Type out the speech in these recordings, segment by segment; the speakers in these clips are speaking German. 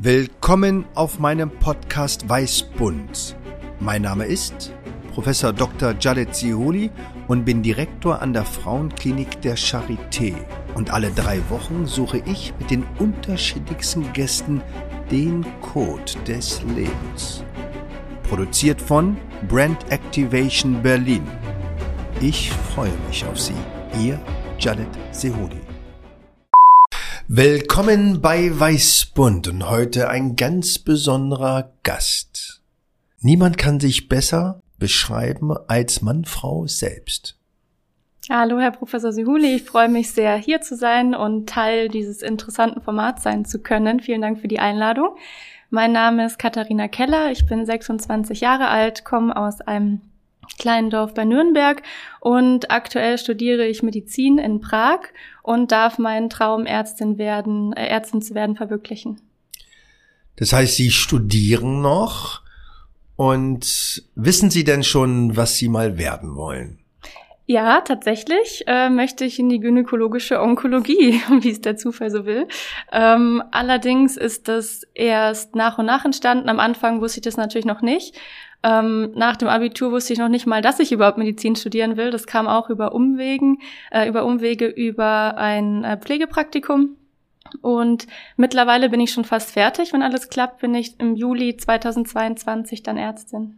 Willkommen auf meinem Podcast Weißbund. Mein Name ist Professor Dr. Jadet Zehuli und bin Direktor an der Frauenklinik der Charité. Und alle 3 Wochen suche ich mit den unterschiedlichsten Gästen den Code des Lebens. Produziert von Brand Activation Berlin. Ich freue mich auf Sie. Ihr Jadet Zehuli. Willkommen bei Weißbund und heute ein ganz besonderer Gast. Niemand kann sich besser beschreiben als Mann-Frau selbst. Hallo, Herr Professor Zehuli. Ich freue mich sehr, hier zu sein und Teil dieses interessanten Formats sein zu können. Vielen Dank für die Einladung. Mein Name ist Katharina Keller. Ich bin 26 Jahre alt, komme aus einem kleinen Dorf bei Nürnberg und aktuell studiere ich Medizin in Prag und darf meinen Traum, Ärztin zu werden, verwirklichen. Das heißt, Sie studieren noch und wissen Sie denn schon, was Sie mal werden wollen? Ja, tatsächlich möchte ich in die gynäkologische Onkologie, wie es der Zufall so will. Allerdings ist das erst nach und nach entstanden. Am Anfang wusste ich das natürlich noch nicht. Nach dem Abitur wusste ich noch nicht mal, dass ich überhaupt Medizin studieren will. Das kam auch über Umwege über ein Pflegepraktikum. Und mittlerweile bin ich schon fast fertig. Wenn alles klappt, bin ich im Juli 2022 dann Ärztin.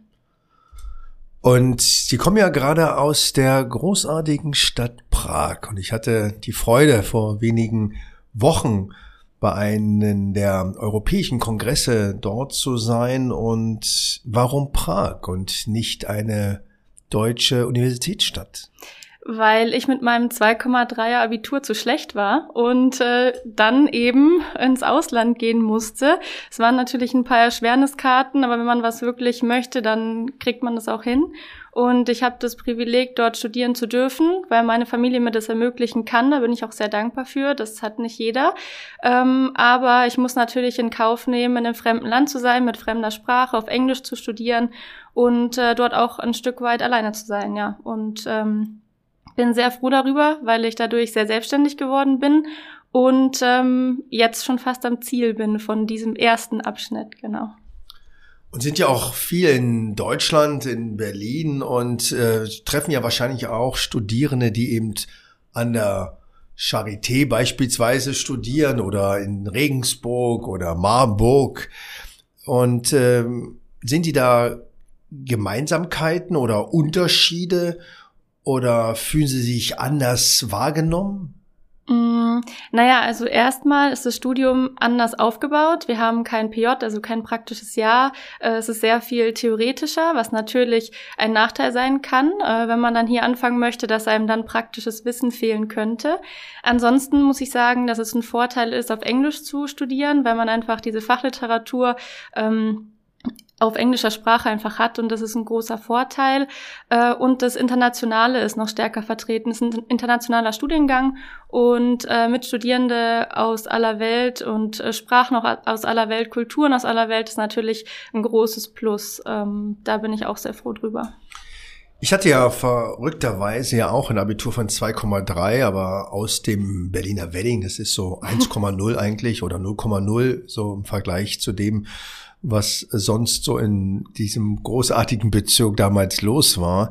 Und Sie kommen ja gerade aus der großartigen Stadt Prag. Und ich hatte die Freude, vor wenigen Wochen bei einem der europäischen Kongresse dort zu sein. Und warum Prag und nicht eine deutsche Universitätsstadt? Weil ich mit meinem 2,3er Abitur zu schlecht war und dann eben ins Ausland gehen musste. Es waren natürlich ein paar Erschwerniskarten, aber wenn man was wirklich möchte, dann kriegt man das auch hin. Und ich habe das Privileg, dort studieren zu dürfen, weil meine Familie mir das ermöglichen kann. Da bin ich auch sehr dankbar für. Das hat nicht jeder. Aber ich muss natürlich in Kauf nehmen, in einem fremden Land zu sein, mit fremder Sprache, auf Englisch zu studieren und dort auch ein Stück weit alleine zu sein, ja. Und bin sehr froh darüber, weil ich dadurch sehr selbstständig geworden bin und jetzt schon fast am Ziel bin von diesem ersten Abschnitt, genau. Und sind ja auch viel in Deutschland, in Berlin und treffen ja wahrscheinlich auch Studierende, die eben an der Charité beispielsweise studieren oder in Regensburg oder Marburg. Und sind die da Gemeinsamkeiten oder Unterschiede oder fühlen Sie sich anders wahrgenommen? Naja, also erstmal ist das Studium anders aufgebaut. Wir haben kein PJ, also kein praktisches Jahr. Es ist sehr viel theoretischer, was natürlich ein Nachteil sein kann, wenn man dann hier anfangen möchte, dass einem dann praktisches Wissen fehlen könnte. Ansonsten muss ich sagen, dass es ein Vorteil ist, auf Englisch zu studieren, weil man einfach diese Fachliteratur auf englischer Sprache einfach hat und das ist ein großer Vorteil. Und das Internationale ist noch stärker vertreten. Es ist ein internationaler Studiengang und mit Studierende aus aller Welt und Sprachen auch aus aller Welt, Kulturen aus aller Welt ist natürlich ein großes Plus. Da bin ich auch sehr froh drüber. Ich hatte ja verrückterweise ja auch ein Abitur von 2,3, aber aus dem Berliner Wedding, das ist so 1,0 eigentlich oder 0,0 so im Vergleich zu dem, was sonst so in diesem großartigen Bezirk damals los war.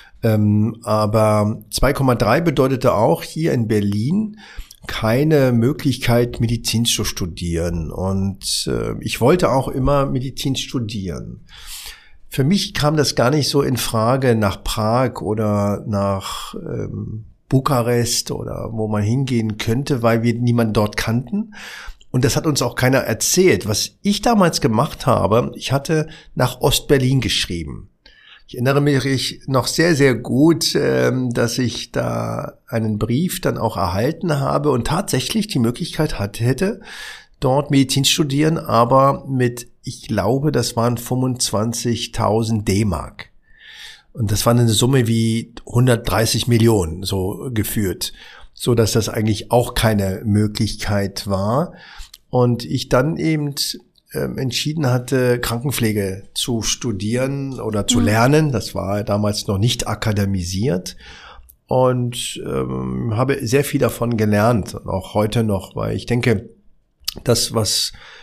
Aber 2,3 bedeutete auch hier in Berlin keine Möglichkeit, Medizin zu studieren. Und ich wollte auch immer Medizin studieren. Für mich kam das gar nicht so in Frage, nach Prag oder nach Bukarest oder wo man hingehen könnte, weil wir niemanden dort kannten. Und das hat uns auch keiner erzählt. Was ich damals gemacht habe, ich hatte nach Ostberlin geschrieben. Ich erinnere mich noch sehr, sehr gut, dass ich da einen Brief dann auch erhalten habe und tatsächlich die Möglichkeit hätte, dort Medizin studieren, aber mit, ich glaube, das waren 25.000 D-Mark. Und das war eine Summe wie 130 Millionen, so geführt, so dass das eigentlich auch keine Möglichkeit war. Und ich dann eben entschieden hatte, Krankenpflege zu studieren oder zu lernen. Das war damals noch nicht akademisiert. Und habe sehr viel davon gelernt, auch heute noch, weil ich denke, das, was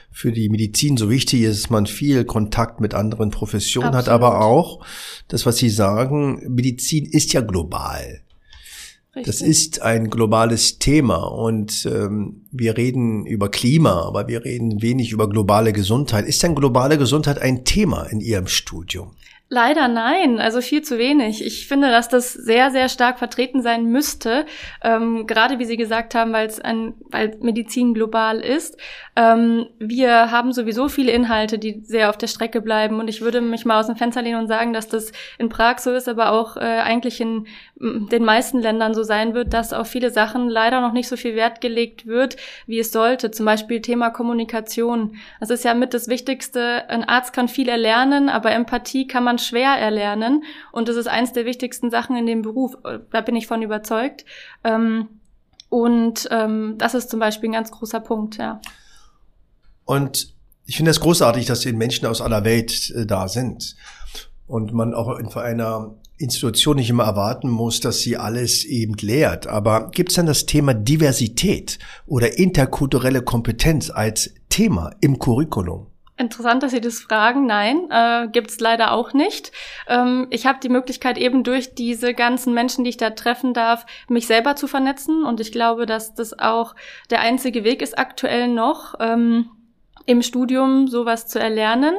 für die Medizin so wichtig ist, dass man viel Kontakt mit anderen Professionen Absolut. hat, aber auch das, was Sie sagen, Medizin ist ja global. Richtig. Das ist ein globales Thema und wir reden über Klima, aber wir reden wenig über globale Gesundheit. Ist denn globale Gesundheit ein Thema in Ihrem Studium? Leider nein, also viel zu wenig. Ich finde, dass das sehr, sehr stark vertreten sein müsste, gerade wie Sie gesagt haben, weil Medizin global ist. Wir haben sowieso viele Inhalte, die sehr auf der Strecke bleiben und ich würde mich mal aus dem Fenster lehnen und sagen, dass das in Prag so ist, aber auch eigentlich in den meisten Ländern so sein wird, dass auf viele Sachen leider noch nicht so viel Wert gelegt wird, wie es sollte. Zum Beispiel Thema Kommunikation. Das ist ja mit das Wichtigste. Ein Arzt kann viel erlernen, aber Empathie kann man schwer erlernen und das ist eins der wichtigsten Sachen in dem Beruf. Da bin ich von überzeugt. Das ist zum Beispiel ein ganz großer Punkt, ja. Und ich finde es großartig, dass die Menschen aus aller Welt da sind und man auch in einer Institution nicht immer erwarten muss, dass sie alles eben lehrt. Aber gibt es dann das Thema Diversität oder interkulturelle Kompetenz als Thema im Curriculum? Interessant, dass Sie das fragen. Nein, gibt's leider auch nicht. Ich habe die Möglichkeit eben durch diese ganzen Menschen, die ich da treffen darf, mich selber zu vernetzen. Und ich glaube, dass das auch der einzige Weg ist aktuell noch, im Studium sowas zu erlernen.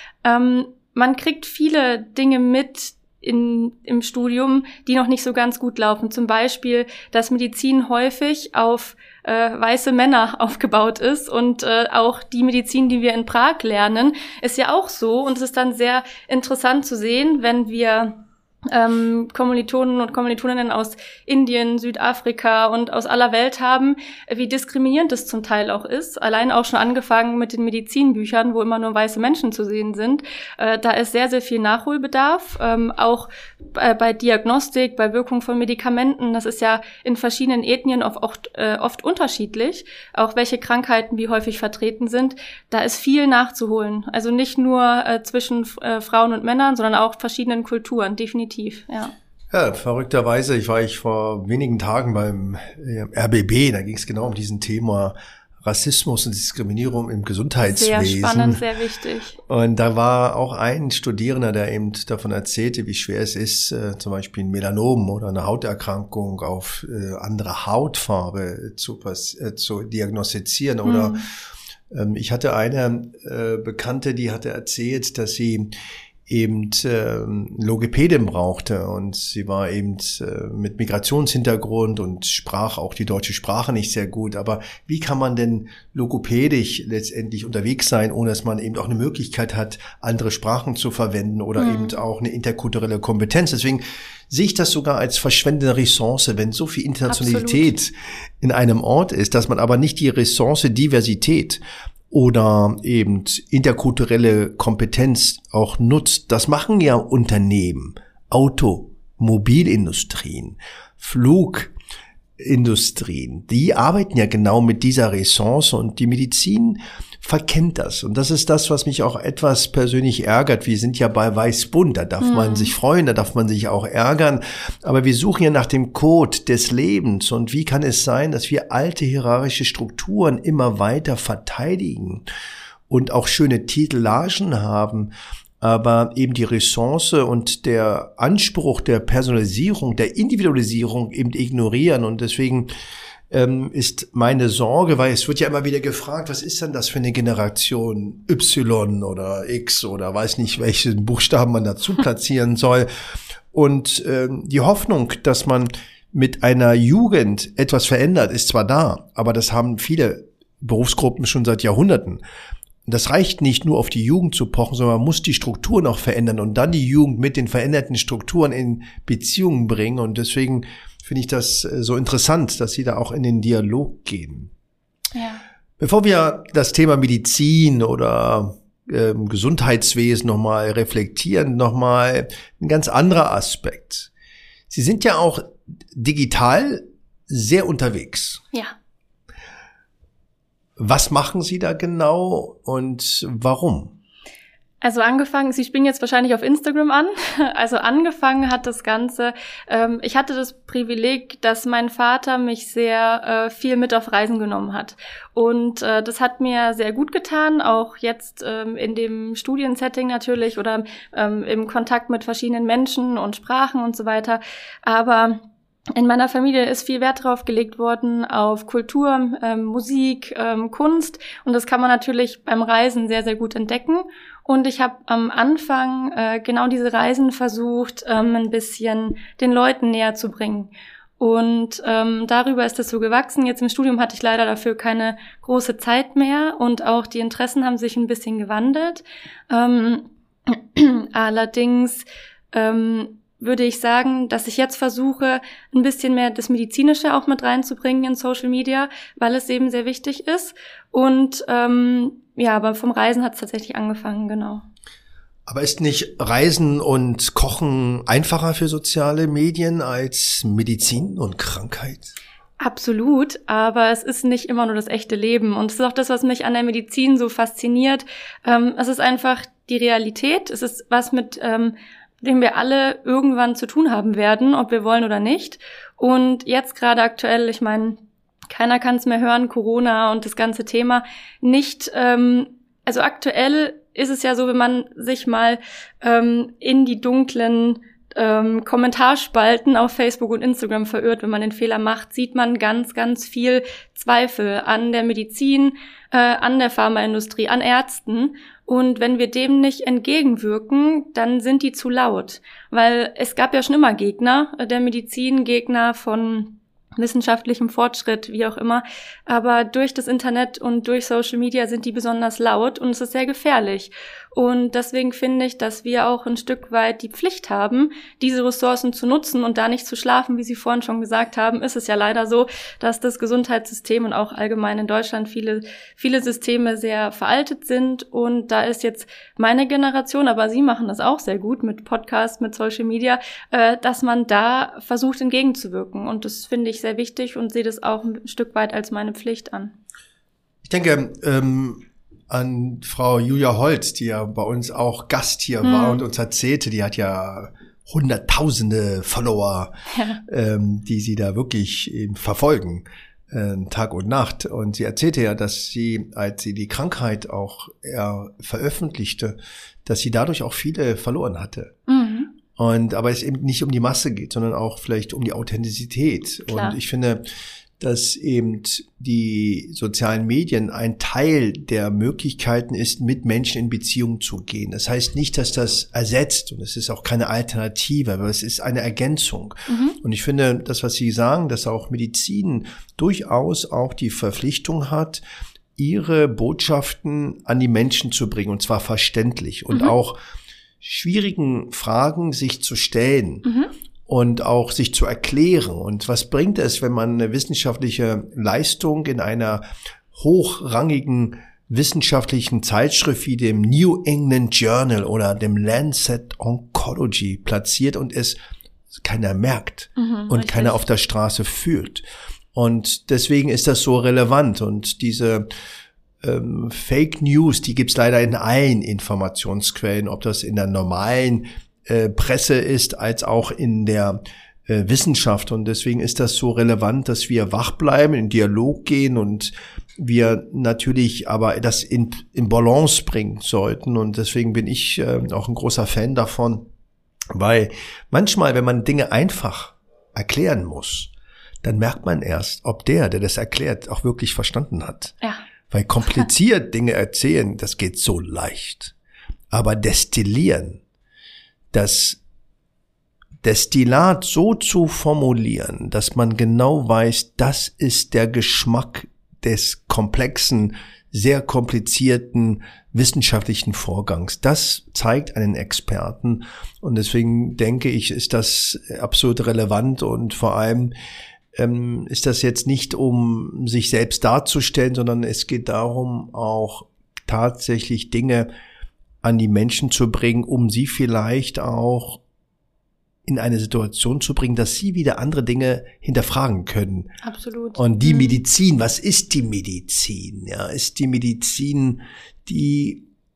Man kriegt viele Dinge mit im Studium, die noch nicht so ganz gut laufen. Zum Beispiel, dass Medizin häufig auf weiße Männer aufgebaut ist und auch die Medizin, die wir in Prag lernen, ist ja auch so. Und es ist dann sehr interessant zu sehen, wenn wir Kommilitonen und Kommilitoninnen aus Indien, Südafrika und aus aller Welt haben, wie diskriminierend es zum Teil auch ist. Allein auch schon angefangen mit den Medizinbüchern, wo immer nur weiße Menschen zu sehen sind. Da ist sehr, sehr viel Nachholbedarf. Auch bei Diagnostik, bei Wirkung von Medikamenten. Das ist ja in verschiedenen Ethnien oft unterschiedlich. Auch welche Krankheiten wie häufig vertreten sind. Da ist viel nachzuholen. Also nicht nur zwischen Frauen und Männern, sondern auch verschiedenen Kulturen, definitiv. Ja. Ja, verrückterweise, ich war vor wenigen Tagen beim RBB, da ging es genau um diesen Thema Rassismus und Diskriminierung im Gesundheitswesen. Sehr spannend, sehr wichtig. Und da war auch ein Studierender, der eben davon erzählte, wie schwer es ist, zum Beispiel ein Melanom oder eine Hauterkrankung auf andere Hautfarbe zu diagnostizieren. Oder ich hatte eine Bekannte, die hatte erzählt, dass sie eben Logopädin brauchte und sie war eben mit Migrationshintergrund und sprach auch die deutsche Sprache nicht sehr gut. Aber wie kann man denn logopädisch letztendlich unterwegs sein, ohne dass man eben auch eine Möglichkeit hat, andere Sprachen zu verwenden oder eben auch eine interkulturelle Kompetenz? Deswegen sehe ich das sogar als verschwendete Ressource, wenn so viel Internationalität Absolut. in einem Ort ist, dass man aber nicht die Ressource Diversität oder eben interkulturelle Kompetenz auch nutzt. Das machen ja Unternehmen, Automobilindustrien, Flugindustrien. Die arbeiten ja genau mit dieser Ressource und die Medizin verkennt das. Und das ist das, was mich auch etwas persönlich ärgert. Wir sind ja bei Weißbund, da darf man sich freuen, da darf man sich auch ärgern. Aber wir suchen ja nach dem Code des Lebens. Und wie kann es sein, dass wir alte hierarchische Strukturen immer weiter verteidigen und auch schöne Titellagen haben, aber eben die Ressource und der Anspruch der Personalisierung, der Individualisierung eben ignorieren. Und deswegen ist meine Sorge, weil es wird ja immer wieder gefragt, was ist denn das für eine Generation Y oder X oder weiß nicht, welchen Buchstaben man dazu platzieren soll. Und die Hoffnung, dass man mit einer Jugend etwas verändert, ist zwar da, aber das haben viele Berufsgruppen schon seit Jahrhunderten. Das reicht nicht nur auf die Jugend zu pochen, sondern man muss die Strukturen auch verändern und dann die Jugend mit den veränderten Strukturen in Beziehungen bringen. Und deswegen finde ich das so interessant, dass Sie da auch in den Dialog gehen. Ja. Bevor wir das Thema Medizin oder Gesundheitswesen nochmal reflektieren, nochmal ein ganz anderer Aspekt. Sie sind ja auch digital sehr unterwegs. Ja. Was machen Sie da genau und warum? Also angefangen, Sie spielen jetzt wahrscheinlich auf Instagram an. Also angefangen hat das Ganze, ich hatte das Privileg, dass mein Vater mich sehr viel mit auf Reisen genommen hat. Und das hat mir sehr gut getan, auch jetzt in dem Studiensetting natürlich oder im Kontakt mit verschiedenen Menschen und Sprachen und so weiter. Aber in meiner Familie ist viel Wert drauf gelegt worden auf Kultur, Musik, Kunst, und das kann man natürlich beim Reisen sehr, sehr gut entdecken. Und ich habe am Anfang genau diese Reisen versucht, ein bisschen den Leuten näher zu bringen. Und darüber ist es so gewachsen. Jetzt im Studium hatte ich leider dafür keine große Zeit mehr und auch die Interessen haben sich ein bisschen gewandelt. Allerdings würde ich sagen, dass ich jetzt versuche, ein bisschen mehr das Medizinische auch mit reinzubringen in Social Media, weil es eben sehr wichtig ist. Und aber vom Reisen hat es tatsächlich angefangen, genau. Aber ist nicht Reisen und Kochen einfacher für soziale Medien als Medizin und Krankheit? Absolut, aber es ist nicht immer nur das echte Leben. Und es ist auch das, was mich an der Medizin so fasziniert. Es ist einfach die Realität. Es ist was, mit dem wir alle irgendwann zu tun haben werden, ob wir wollen oder nicht. Und jetzt gerade aktuell, ich meine, keiner kann es mehr hören, Corona und das ganze Thema nicht. Also aktuell ist es ja so, wenn man sich mal in die dunklen Kommentarspalten auf Facebook und Instagram verirrt, wenn man den Fehler macht, sieht man ganz, ganz viel Zweifel an der Medizin, an der Pharmaindustrie, an Ärzten. Und wenn wir dem nicht entgegenwirken, dann sind die zu laut. Weil es gab ja schon immer Gegner der Medizin, Gegner von wissenschaftlichem Fortschritt, wie auch immer. Aber durch das Internet und durch Social Media sind die besonders laut und es ist sehr gefährlich. Und deswegen finde ich, dass wir auch ein Stück weit die Pflicht haben, diese Ressourcen zu nutzen und da nicht zu schlafen, wie Sie vorhin schon gesagt haben. Ist es ja leider so, dass das Gesundheitssystem und auch allgemein in Deutschland viele Systeme sehr veraltet sind. Und da ist jetzt meine Generation, aber Sie machen das auch sehr gut mit Podcasts, mit Social Media, dass man da versucht entgegenzuwirken. Und das finde ich sehr wichtig und sehe das auch ein Stück weit als meine Pflicht an. Ich denke, an Frau Julia Holz, die ja bei uns auch Gast hier war und uns erzählte, die hat ja hunderttausende Follower, die sie da wirklich verfolgen, Tag und Nacht. Und sie erzählte ja, dass sie, als sie die Krankheit auch veröffentlichte, dass sie dadurch auch viele verloren hatte. Aber es eben nicht um die Masse geht, sondern auch vielleicht um die Authentizität. Klar. Und ich finde, dass eben die sozialen Medien ein Teil der Möglichkeiten ist, mit Menschen in Beziehung zu gehen. Das heißt nicht, dass das ersetzt, und es ist auch keine Alternative, aber es ist eine Ergänzung. Und ich finde, das, was Sie sagen, dass auch Medizin durchaus auch die Verpflichtung hat, ihre Botschaften an die Menschen zu bringen, und zwar verständlich und auch schwierigen Fragen sich zu stellen. Und auch sich zu erklären. Und was bringt es, wenn man eine wissenschaftliche Leistung in einer hochrangigen wissenschaftlichen Zeitschrift wie dem New England Journal oder dem Lancet Oncology platziert und es keiner merkt und keiner auf der Straße fühlt. Und deswegen ist das so relevant. Und diese Fake News, die gibt's leider in allen Informationsquellen, ob das in der normalen Presse ist, als auch in der Wissenschaft. Und deswegen ist das so relevant, dass wir wach bleiben, in Dialog gehen und wir natürlich aber das in Balance bringen sollten. Und deswegen bin ich auch ein großer Fan davon, weil manchmal, wenn man Dinge einfach erklären muss, dann merkt man erst, ob der das erklärt, auch wirklich verstanden hat. Ja. Weil kompliziert Dinge erzählen, das geht so leicht. Aber destillieren, das Destillat so zu formulieren, dass man genau weiß, das ist der Geschmack des komplexen, sehr komplizierten wissenschaftlichen Vorgangs. Das zeigt einen Experten und deswegen denke ich, ist das absolut relevant und vor allem ist das jetzt nicht, um sich selbst darzustellen, sondern es geht darum, auch tatsächlich Dinge an die Menschen zu bringen, um sie vielleicht auch in eine Situation zu bringen, dass sie wieder andere Dinge hinterfragen können. Absolut. Und die Medizin, was ist die Medizin? Ja, ist die Medizin, die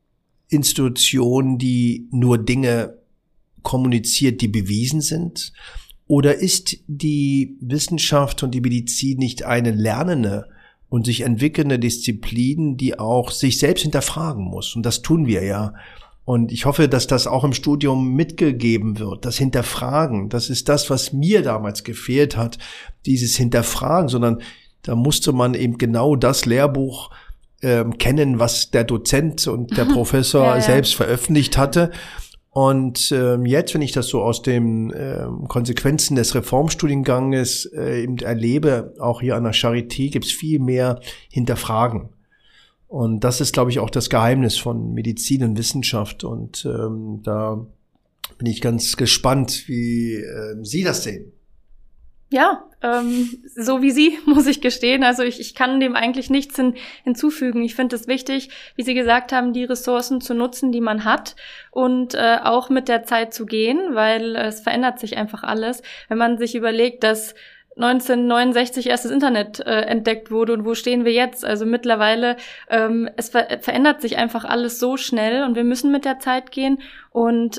Institution, die nur Dinge kommuniziert, die bewiesen sind? Oder ist die Wissenschaft und die Medizin nicht eine lernende und sich entwickelnde Disziplin, die auch sich selbst hinterfragen muss? Und das tun wir ja. Und ich hoffe, dass das auch im Studium mitgegeben wird. Das Hinterfragen, das ist das, was mir damals gefehlt hat, dieses Hinterfragen, sondern da musste man eben genau das Lehrbuch kennen, was der Dozent und der Professor selbst veröffentlicht hatte. Und jetzt, wenn ich das so aus den Konsequenzen des Reformstudienganges eben erlebe, auch hier an der Charité, gibt's viel mehr Hinterfragen. Und das ist, glaube ich, auch das Geheimnis von Medizin und Wissenschaft. Und da bin ich ganz gespannt, wie Sie das sehen. Ja, so wie Sie, muss ich gestehen. Also ich kann dem eigentlich nichts hinzufügen. Ich finde es wichtig, wie Sie gesagt haben, die Ressourcen zu nutzen, die man hat und auch mit der Zeit zu gehen, weil es verändert sich einfach alles. Wenn man sich überlegt, dass 1969 erst das Internet entdeckt wurde und wo stehen wir jetzt? Also mittlerweile, es verändert sich einfach alles so schnell und wir müssen mit der Zeit gehen und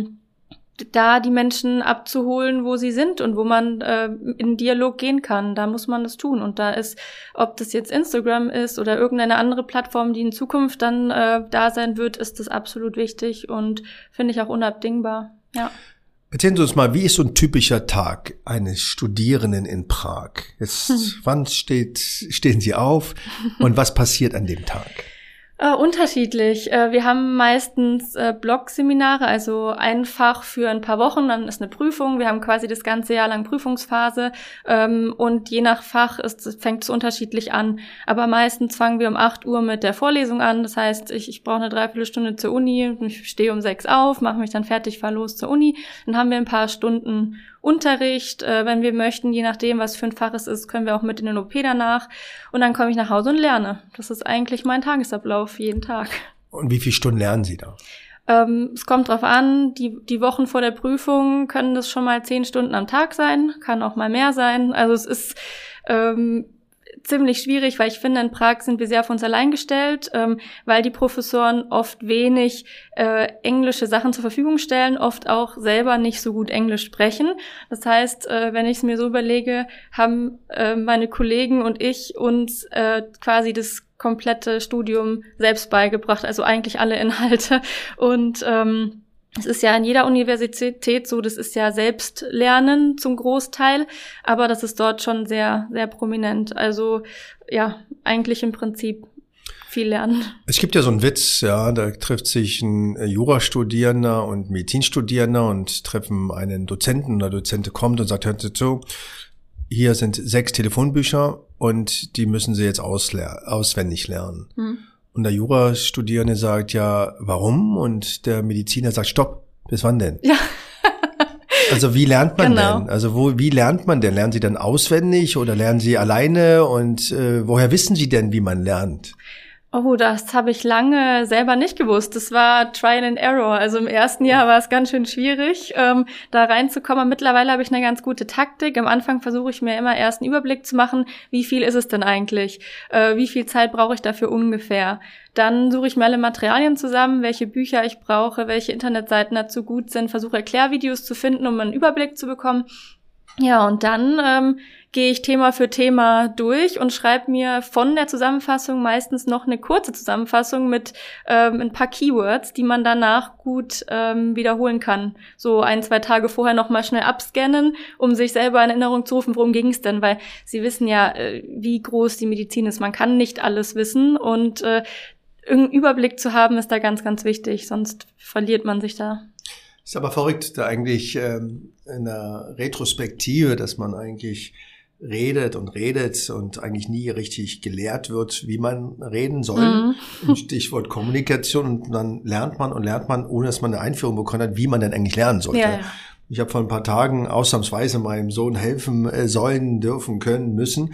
da die Menschen abzuholen, wo sie sind und wo man in Dialog gehen kann. Da muss man das tun. Und da ist, ob das jetzt Instagram ist oder irgendeine andere Plattform, die in Zukunft dann da sein wird, ist das absolut wichtig und finde ich auch unabdingbar. Ja. Erzählen Sie uns mal, wie ist so ein typischer Tag eines Studierenden in Prag? Jetzt, wann stehen Sie auf und was passiert an dem Tag? Unterschiedlich. Wir haben meistens Blockseminare, also ein Fach für ein paar Wochen, dann ist eine Prüfung. Wir haben quasi das ganze Jahr lang Prüfungsphase und je nach Fach fängt es unterschiedlich an. Aber meistens fangen wir um 8 Uhr mit der Vorlesung an. Das heißt, ich brauche eine Dreiviertelstunde zur Uni, ich stehe um 6 auf, mache mich dann fertig, fahre los zur Uni. Dann haben wir ein paar Stunden Unterricht, wenn wir möchten, je nachdem, was für ein Fach es ist, können wir auch mit in den OP danach. Und dann komme ich nach Hause und lerne. Das ist eigentlich mein Tagesablauf jeden Tag. Und wie viele Stunden lernen Sie da? Es kommt drauf an, die Wochen vor der Prüfung können das schon mal 10 Stunden am Tag sein, kann auch mal mehr sein. Also es ist ziemlich schwierig, weil ich finde, in Prag sind wir sehr auf uns allein gestellt, weil die Professoren oft wenig englische Sachen zur Verfügung stellen, oft auch selber nicht so gut Englisch sprechen. Das heißt, wenn ich es mir so überlege, haben meine Kollegen und ich uns quasi das komplette Studium selbst beigebracht, also eigentlich alle Inhalte. Und es ist ja in jeder Universität so, das ist ja Selbstlernen zum Großteil, aber das ist dort schon sehr, sehr prominent. Also ja, eigentlich im Prinzip viel lernen. Es gibt ja so einen Witz, ja, da trifft sich ein Jurastudierender und Medizinstudierender und treffen einen Dozenten und der Dozent kommt und sagt, hört Sie zu, hier sind 6 Telefonbücher und die müssen Sie jetzt auswendig lernen. Und der Jurastudierende sagt, ja, warum? Und der Mediziner sagt, stopp, bis wann denn? Ja. Also wie lernt man denn? Also wie lernt man denn? Lernen Sie dann auswendig oder lernen Sie alleine? Und woher wissen Sie denn, wie man lernt? Oh, das habe ich lange selber nicht gewusst. Das war Trial and Error. Also im ersten Jahr war es ganz schön schwierig, da reinzukommen. Mittlerweile habe ich eine ganz gute Taktik. Am Anfang versuche ich mir immer erst einen Überblick zu machen, wie viel ist es denn eigentlich? Wie viel Zeit brauche ich dafür ungefähr? Dann suche ich mir alle Materialien zusammen, welche Bücher ich brauche, welche Internetseiten dazu gut sind, versuche Erklärvideos zu finden, um einen Überblick zu bekommen. Ja, und dann gehe ich Thema für Thema durch und schreibe mir von der Zusammenfassung meistens noch eine kurze Zusammenfassung mit ein paar Keywords, die man danach gut wiederholen kann. So 1-2 Tage vorher nochmal schnell abscannen, um sich selber in Erinnerung zu rufen, worum ging es denn? Weil Sie wissen ja, wie groß die Medizin ist. Man kann nicht alles wissen und irgendeinen Überblick zu haben, ist da ganz, ganz wichtig. Sonst verliert man sich da. Ist aber verrückt, da eigentlich in der Retrospektive, dass man eigentlich redet und eigentlich nie richtig gelehrt wird, wie man reden soll. Stichwort Kommunikation. Und dann lernt man, ohne dass man eine Einführung bekommen hat, wie man denn eigentlich lernen sollte. Ja. Ich habe vor ein paar Tagen ausnahmsweise meinem Sohn helfen sollen, dürfen, können, müssen.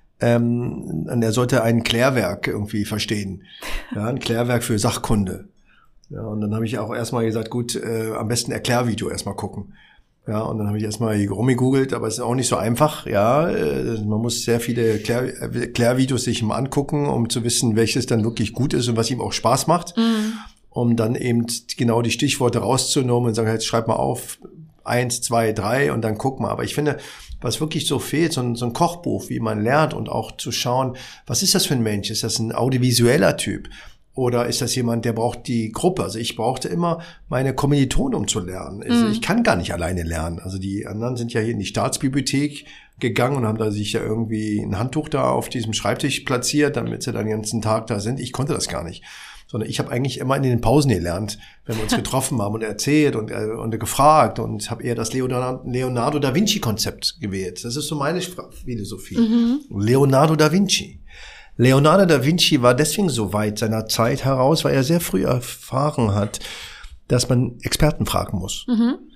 Und er sollte ein Klärwerk irgendwie verstehen. Ja, ein Klärwerk für Sachkunde. Ja, und dann habe ich auch erstmal gesagt, gut, am besten Erklärvideo erstmal gucken. Ja, und dann habe ich erstmal rumgegoogelt, aber es ist auch nicht so einfach. Ja, man muss sehr viele Klärvideos sich mal angucken, um zu wissen, welches dann wirklich gut ist und was ihm auch Spaß macht. um dann eben genau die Stichworte rauszunehmen und sagen, jetzt schreib mal auf, 1, 2, 3 und dann guck mal. Aber ich finde, was wirklich so fehlt, so ein Kochbuch, wie man lernt und auch zu schauen, was ist das für ein Mensch? Ist das ein audiovisueller Typ? Oder ist das jemand, der braucht die Gruppe? Also ich brauchte immer meine Kommilitonen, um zu lernen. Also ich kann gar nicht alleine lernen. Also die anderen sind ja hier in die Staatsbibliothek gegangen und haben da sich ja irgendwie ein Handtuch da auf diesem Schreibtisch platziert, damit sie dann den ganzen Tag da sind. Ich konnte das gar nicht. Sondern ich habe eigentlich immer in den Pausen gelernt, wenn wir uns getroffen haben und erzählt und gefragt und habe eher das Leonardo da Vinci-Konzept gewählt. Das ist so meine Philosophie. Leonardo da Vinci. Leonardo da Vinci war deswegen so weit seiner Zeit heraus, weil er sehr früh erfahren hat, dass man Experten fragen muss.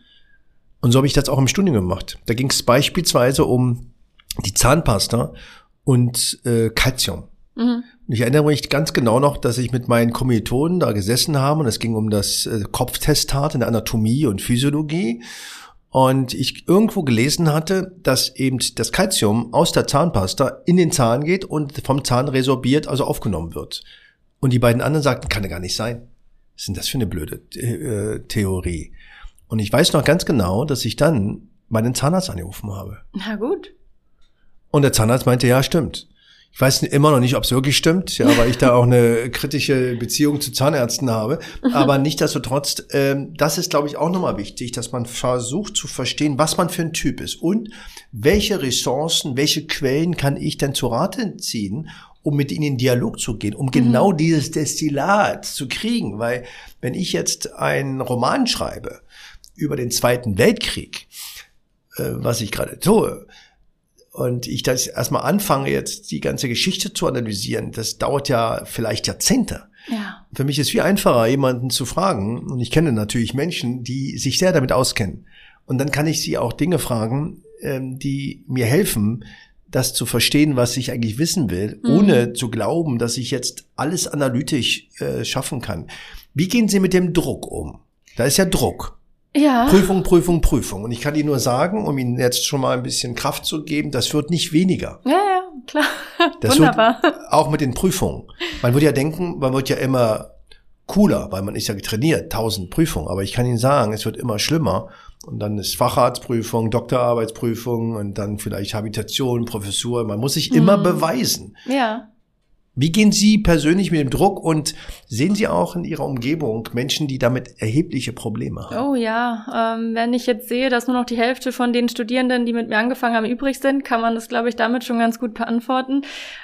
Und so habe ich das auch im Studium gemacht. Da ging es beispielsweise um die Zahnpasta und Calcium. Und ich erinnere mich ganz genau noch, dass ich mit meinen Kommilitonen da gesessen habe und es ging um das Kopftestat in der Anatomie und Physiologie. Und ich irgendwo gelesen hatte, dass eben das Calcium aus der Zahnpasta in den Zahn geht und vom Zahn resorbiert, also aufgenommen wird. Und die beiden anderen sagten, kann ja gar nicht sein. Was ist denn das für eine blöde Theorie? Und ich weiß noch ganz genau, dass ich dann meinen Zahnarzt angerufen habe. Na gut. Und der Zahnarzt meinte, ja, stimmt. Ich weiß immer noch nicht, ob es wirklich stimmt, ja, weil ich da auch eine kritische Beziehung zu Zahnärzten habe. Aber nichtsdestotrotz, das ist, glaube ich, auch nochmal wichtig, dass man versucht zu verstehen, was man für ein Typ ist und welche Ressourcen, welche Quellen kann ich denn zu Rate ziehen, um mit ihnen in Dialog zu gehen, um genau dieses Destillat zu kriegen. Weil wenn ich jetzt einen Roman schreibe über den Zweiten Weltkrieg, was ich gerade tue, und ich das erstmal anfange, jetzt die ganze Geschichte zu analysieren, das dauert ja vielleicht Jahrzehnte. Ja. Für mich ist es viel einfacher, jemanden zu fragen. Und ich kenne natürlich Menschen, die sich sehr damit auskennen. Und dann kann ich sie auch Dinge fragen, die mir helfen, das zu verstehen, was ich eigentlich wissen will, ohne zu glauben, dass ich jetzt alles analytisch schaffen kann. Wie gehen Sie mit dem Druck um? Da ist ja Druck. Ja. Prüfung, Prüfung, Prüfung. Und ich kann Ihnen nur sagen, um Ihnen jetzt schon mal ein bisschen Kraft zu geben, das wird nicht weniger. Ja, klar. Das Wunderbar. wird auch mit den Prüfungen. Man würde ja denken, man wird ja immer cooler, weil man ist ja trainiert, 1000 Prüfungen. Aber ich kann Ihnen sagen, es wird immer schlimmer. Und dann ist Facharztprüfung, Doktorarbeitsprüfung und dann vielleicht Habilitation, Professur. Man muss sich immer beweisen. Ja. Wie gehen Sie persönlich mit dem Druck und sehen Sie auch in Ihrer Umgebung Menschen, die damit erhebliche Probleme haben? Oh ja, wenn ich jetzt sehe, dass nur noch die Hälfte von den Studierenden, die mit mir angefangen haben, übrig sind, kann man das, glaube ich, damit schon ganz gut beantworten.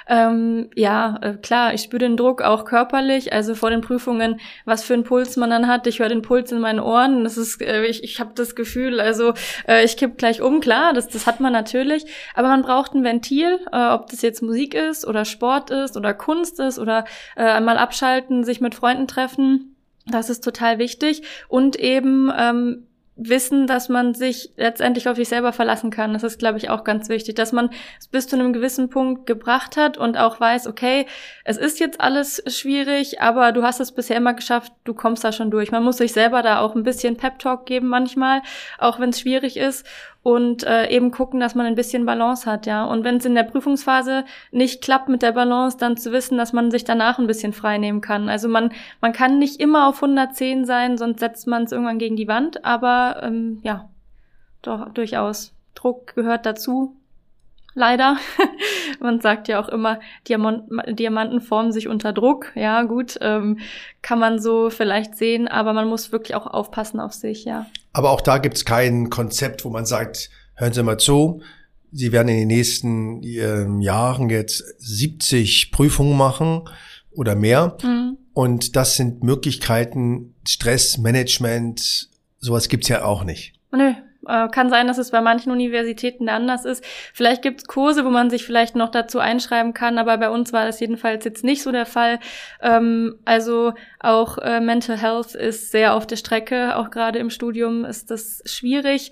Klar, ich spüre den Druck auch körperlich, also vor den Prüfungen, was für einen Puls man dann hat. Ich höre den Puls in meinen Ohren. Das ist, ich habe das Gefühl, ich kipp gleich um. Klar, das hat man natürlich, aber man braucht ein Ventil, ob das jetzt Musik ist oder Sport ist oder Kunst ist oder einmal abschalten, sich mit Freunden treffen, das ist total wichtig und eben wissen, dass man sich letztendlich auf sich selber verlassen kann. Das ist, glaube ich, auch ganz wichtig, dass man es bis zu einem gewissen Punkt gebracht hat und auch weiß, okay, es ist jetzt alles schwierig, aber du hast es bisher immer geschafft, du kommst da schon durch. Man muss sich selber da auch ein bisschen Pep-Talk geben manchmal, auch wenn es schwierig ist und eben gucken, dass man ein bisschen Balance hat, ja. Und wenn es in der Prüfungsphase nicht klappt mit der Balance, dann zu wissen, dass man sich danach ein bisschen frei nehmen kann. Also man kann nicht immer auf 110 sein, sonst setzt man es irgendwann gegen die Wand, aber doch durchaus. Druck gehört dazu. Leider. Man sagt ja auch immer, Diamanten formen sich unter Druck. Ja, gut, kann man so vielleicht sehen, aber man muss wirklich auch aufpassen auf sich, ja. Aber auch da gibt's kein Konzept, wo man sagt, hören Sie mal zu, Sie werden in den nächsten Jahren jetzt 70 Prüfungen machen oder mehr. Und das sind Möglichkeiten, Stressmanagement, sowas gibt's ja auch nicht. Nö. Kann sein, dass es bei manchen Universitäten anders ist. Vielleicht gibt's Kurse, wo man sich vielleicht noch dazu einschreiben kann, aber bei uns war das jedenfalls jetzt nicht so der Fall. Also auch Mental Health ist sehr auf der Strecke, auch gerade im Studium ist das schwierig.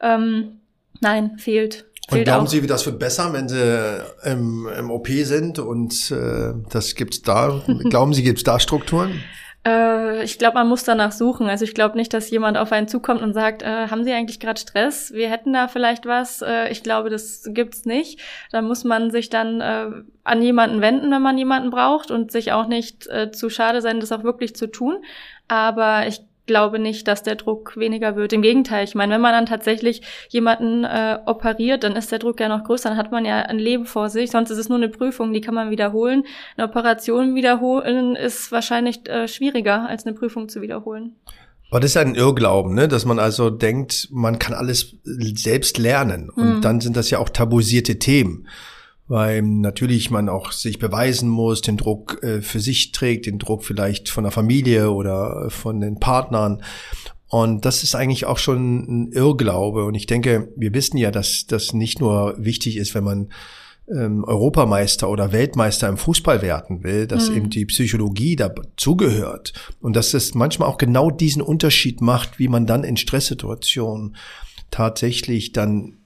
Nein, fehlt. Und glauben Sie, das wird besser, wenn Sie im OP sind und das gibt's da? Glauben Sie, gibt's da Strukturen? Ich glaube, man muss danach suchen. Also ich glaube nicht, dass jemand auf einen zukommt und sagt, haben Sie eigentlich gerade Stress? Wir hätten da vielleicht was. Ich glaube, das gibt's nicht. Da muss man sich dann an jemanden wenden, wenn man jemanden braucht und sich auch nicht zu schade sein, das auch wirklich zu tun. Aber ich glaube nicht, dass der Druck weniger wird. Im Gegenteil, ich meine, wenn man dann tatsächlich jemanden operiert, dann ist der Druck ja noch größer, dann hat man ja ein Leben vor sich, sonst ist es nur eine Prüfung, die kann man wiederholen. Eine Operation wiederholen ist wahrscheinlich schwieriger, als eine Prüfung zu wiederholen. Aber das ist ein Irrglauben, ne? Dass man also denkt, man kann alles selbst lernen. Und dann sind das ja auch tabuisierte Themen. Weil natürlich man auch sich beweisen muss, den Druck für sich trägt, den Druck vielleicht von der Familie oder von den Partnern. Und das ist eigentlich auch schon ein Irrglaube. Und ich denke, wir wissen ja, dass das nicht nur wichtig ist, wenn man Europameister oder Weltmeister im Fußball werden will, dass eben die Psychologie dazugehört. Und dass es manchmal auch genau diesen Unterschied macht, wie man dann in Stresssituationen tatsächlich dann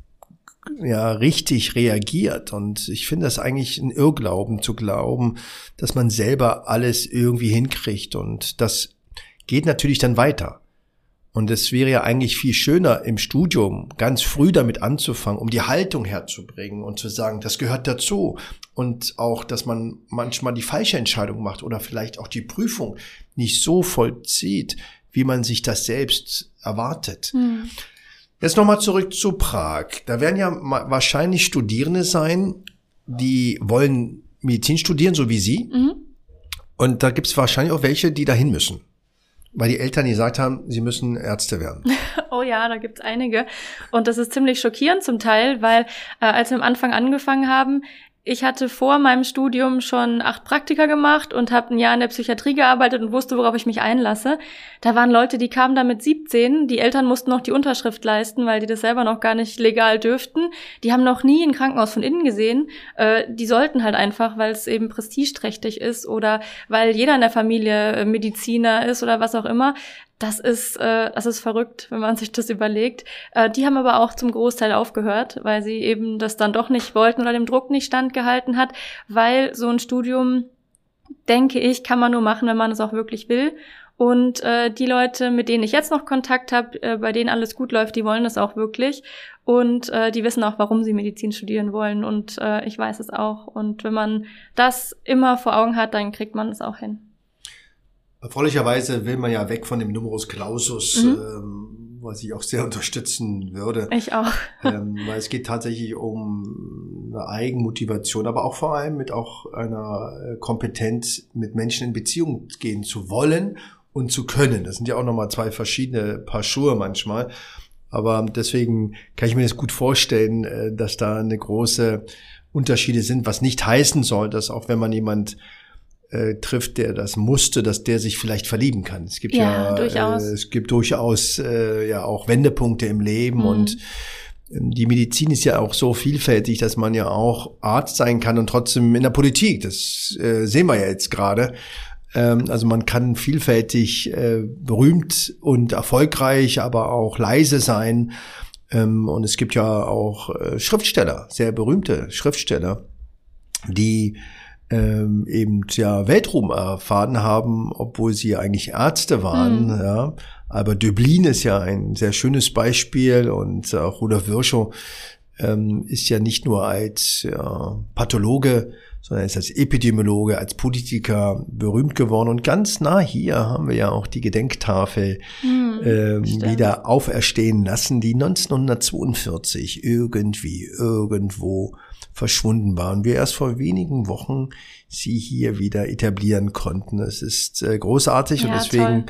richtig reagiert. Und ich finde das eigentlich ein Irrglauben zu glauben, dass man selber alles irgendwie hinkriegt. Und das geht natürlich dann weiter. Und es wäre ja eigentlich viel schöner im Studium ganz früh damit anzufangen, um die Haltung herzubringen und zu sagen, das gehört dazu. Und auch, dass man manchmal die falsche Entscheidung macht oder vielleicht auch die Prüfung nicht so vollzieht, wie man sich das selbst erwartet. Jetzt nochmal zurück zu Prag. Da werden ja wahrscheinlich Studierende sein, die wollen Medizin studieren, so wie Sie. Und da gibt's wahrscheinlich auch welche, die dahin müssen. Weil die Eltern gesagt haben, sie müssen Ärzte werden. Oh ja, da gibt's einige. Und das ist ziemlich schockierend zum Teil, weil als wir am Anfang angefangen haben, ich hatte vor meinem Studium schon 8 Praktika gemacht und habe ein Jahr in der Psychiatrie gearbeitet und wusste, worauf ich mich einlasse. Da waren Leute, die kamen da mit 17, die Eltern mussten noch die Unterschrift leisten, weil die das selber noch gar nicht legal dürften. Die haben noch nie ein Krankenhaus von innen gesehen. Die sollten halt einfach, weil es eben prestigeträchtig ist oder weil jeder in der Familie Mediziner ist oder was auch immer. Das ist verrückt, wenn man sich das überlegt. Die haben aber auch zum Großteil aufgehört, weil sie eben das dann doch nicht wollten oder dem Druck nicht standgehalten hat, weil so ein Studium, denke ich, kann man nur machen, wenn man es auch wirklich will. Und die Leute, mit denen ich jetzt noch Kontakt habe, bei denen alles gut läuft, die wollen das auch wirklich. Und die wissen auch, warum sie Medizin studieren wollen. Und ich weiß es auch. Und wenn man das immer vor Augen hat, dann kriegt man es auch hin. Erfreulicherweise will man ja weg von dem Numerus Clausus, was ich auch sehr unterstützen würde. Ich auch. Weil es geht tatsächlich um eine Eigenmotivation, aber auch vor allem mit auch einer Kompetenz, mit Menschen in Beziehung gehen zu wollen und zu können. Das sind ja auch nochmal 2 verschiedene Paar Schuhe manchmal. Aber deswegen kann ich mir das gut vorstellen, dass da eine große Unterschiede sind, was nicht heißen soll, dass auch wenn man jemand trifft, der das musste, dass der sich vielleicht verlieben kann. Es gibt durchaus. Es gibt durchaus auch Wendepunkte im Leben und die Medizin ist ja auch so vielfältig, dass man ja auch Arzt sein kann und trotzdem in der Politik. Das sehen wir ja jetzt gerade. Also man kann vielfältig berühmt und erfolgreich, aber auch leise sein. Und es gibt ja auch Schriftsteller, sehr berühmte Schriftsteller, die eben Weltruhm erfahren haben, obwohl sie eigentlich Ärzte waren. Ja. Aber Döblin ist ja ein sehr schönes Beispiel und auch Rudolf Virchow ist ja nicht nur als Pathologe, sondern ist als Epidemiologe, als Politiker berühmt geworden. Und ganz nah hier haben wir ja auch die Gedenktafel wieder auferstehen lassen, die 1942 irgendwo verschwunden war und wir erst vor wenigen Wochen sie hier wieder etablieren konnten. Es ist großartig und deswegen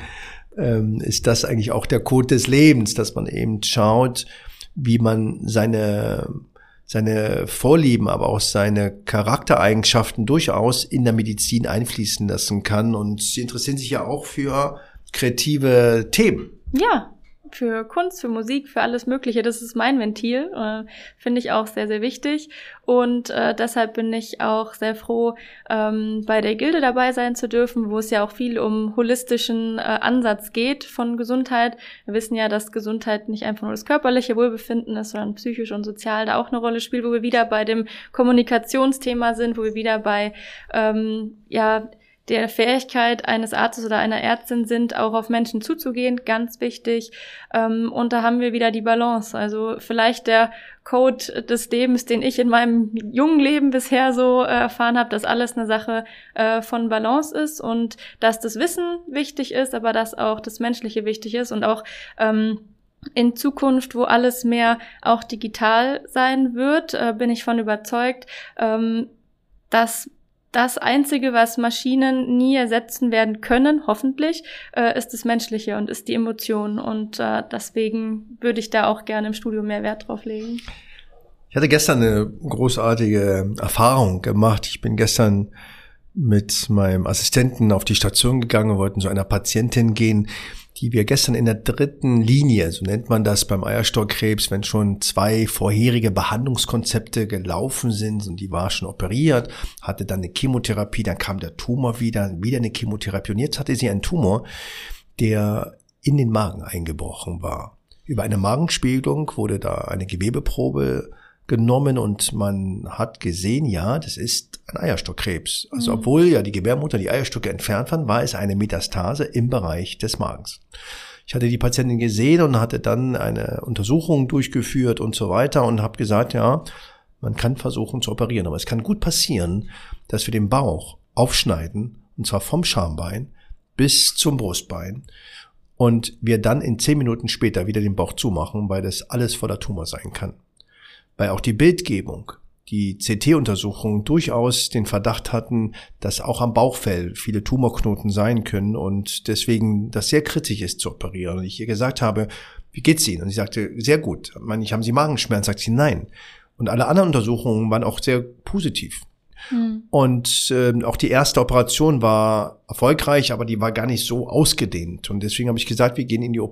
ist das eigentlich auch der Code des Lebens, dass man eben schaut, wie man seine Vorlieben, aber auch seine Charaktereigenschaften durchaus in der Medizin einfließen lassen kann. Und sie interessieren sich ja auch für kreative Themen. Ja, für Kunst, für Musik, für alles Mögliche. Das ist mein Ventil, finde ich auch sehr, sehr wichtig. Und deshalb bin ich auch sehr froh, bei der Gilde dabei sein zu dürfen, wo es ja auch viel um holistischen Ansatz geht von Gesundheit. Wir wissen ja, dass Gesundheit nicht einfach nur das körperliche Wohlbefinden ist, sondern psychisch und sozial da auch eine Rolle spielt, wo wir wieder bei dem Kommunikationsthema sind, wo wir wieder bei der Fähigkeit eines Arztes oder einer Ärztin sind, auch auf Menschen zuzugehen, ganz wichtig. Und da haben wir wieder die Balance. Also vielleicht der Code des Lebens, den ich in meinem jungen Leben bisher so erfahren habe, dass alles eine Sache von Balance ist und dass das Wissen wichtig ist, aber dass auch das Menschliche wichtig ist und auch in Zukunft, wo alles mehr auch digital sein wird, bin ich von überzeugt, dass das Einzige, was Maschinen nie ersetzen werden können, hoffentlich, ist das Menschliche und ist die Emotion. Und deswegen würde ich da auch gerne im Studium mehr Wert drauf legen. Ich hatte gestern eine großartige Erfahrung gemacht. Ich bin gestern mit meinem Assistenten auf die Station gegangen und wollten zu einer Patientin gehen, die wir gestern in der 3. Linie, so nennt man das beim Eierstockkrebs, wenn schon 2 vorherige Behandlungskonzepte gelaufen sind und die war schon operiert, hatte dann eine Chemotherapie, dann kam der Tumor wieder eine Chemotherapie und jetzt hatte sie einen Tumor, der in den Magen eingebrochen war. Über eine Magenspiegelung wurde da eine Gewebeprobe genommen und man hat gesehen, ja, das ist ein Eierstockkrebs. Also obwohl ja die Gebärmutter die Eierstöcke entfernt waren, war es eine Metastase im Bereich des Magens. Ich hatte die Patientin gesehen und hatte dann eine Untersuchung durchgeführt und so weiter und habe gesagt, ja, man kann versuchen zu operieren, aber es kann gut passieren, dass wir den Bauch aufschneiden, und zwar vom Schambein bis zum Brustbein und wir dann in 10 Minuten später wieder den Bauch zumachen, weil das alles voller Tumor sein kann. Weil auch die Bildgebung, die CT-Untersuchungen durchaus den Verdacht hatten, dass auch am Bauchfell viele Tumorknoten sein können und deswegen das sehr kritisch ist zu operieren. Und ich ihr gesagt habe, wie geht's Ihnen? Und sie sagte, sehr gut. Haben Sie Magenschmerzen? Sagt sie, nein. Und alle anderen Untersuchungen waren auch sehr positiv. Und auch die erste Operation war erfolgreich, aber die war gar nicht so ausgedehnt. Und deswegen habe ich gesagt, wir gehen in die OP.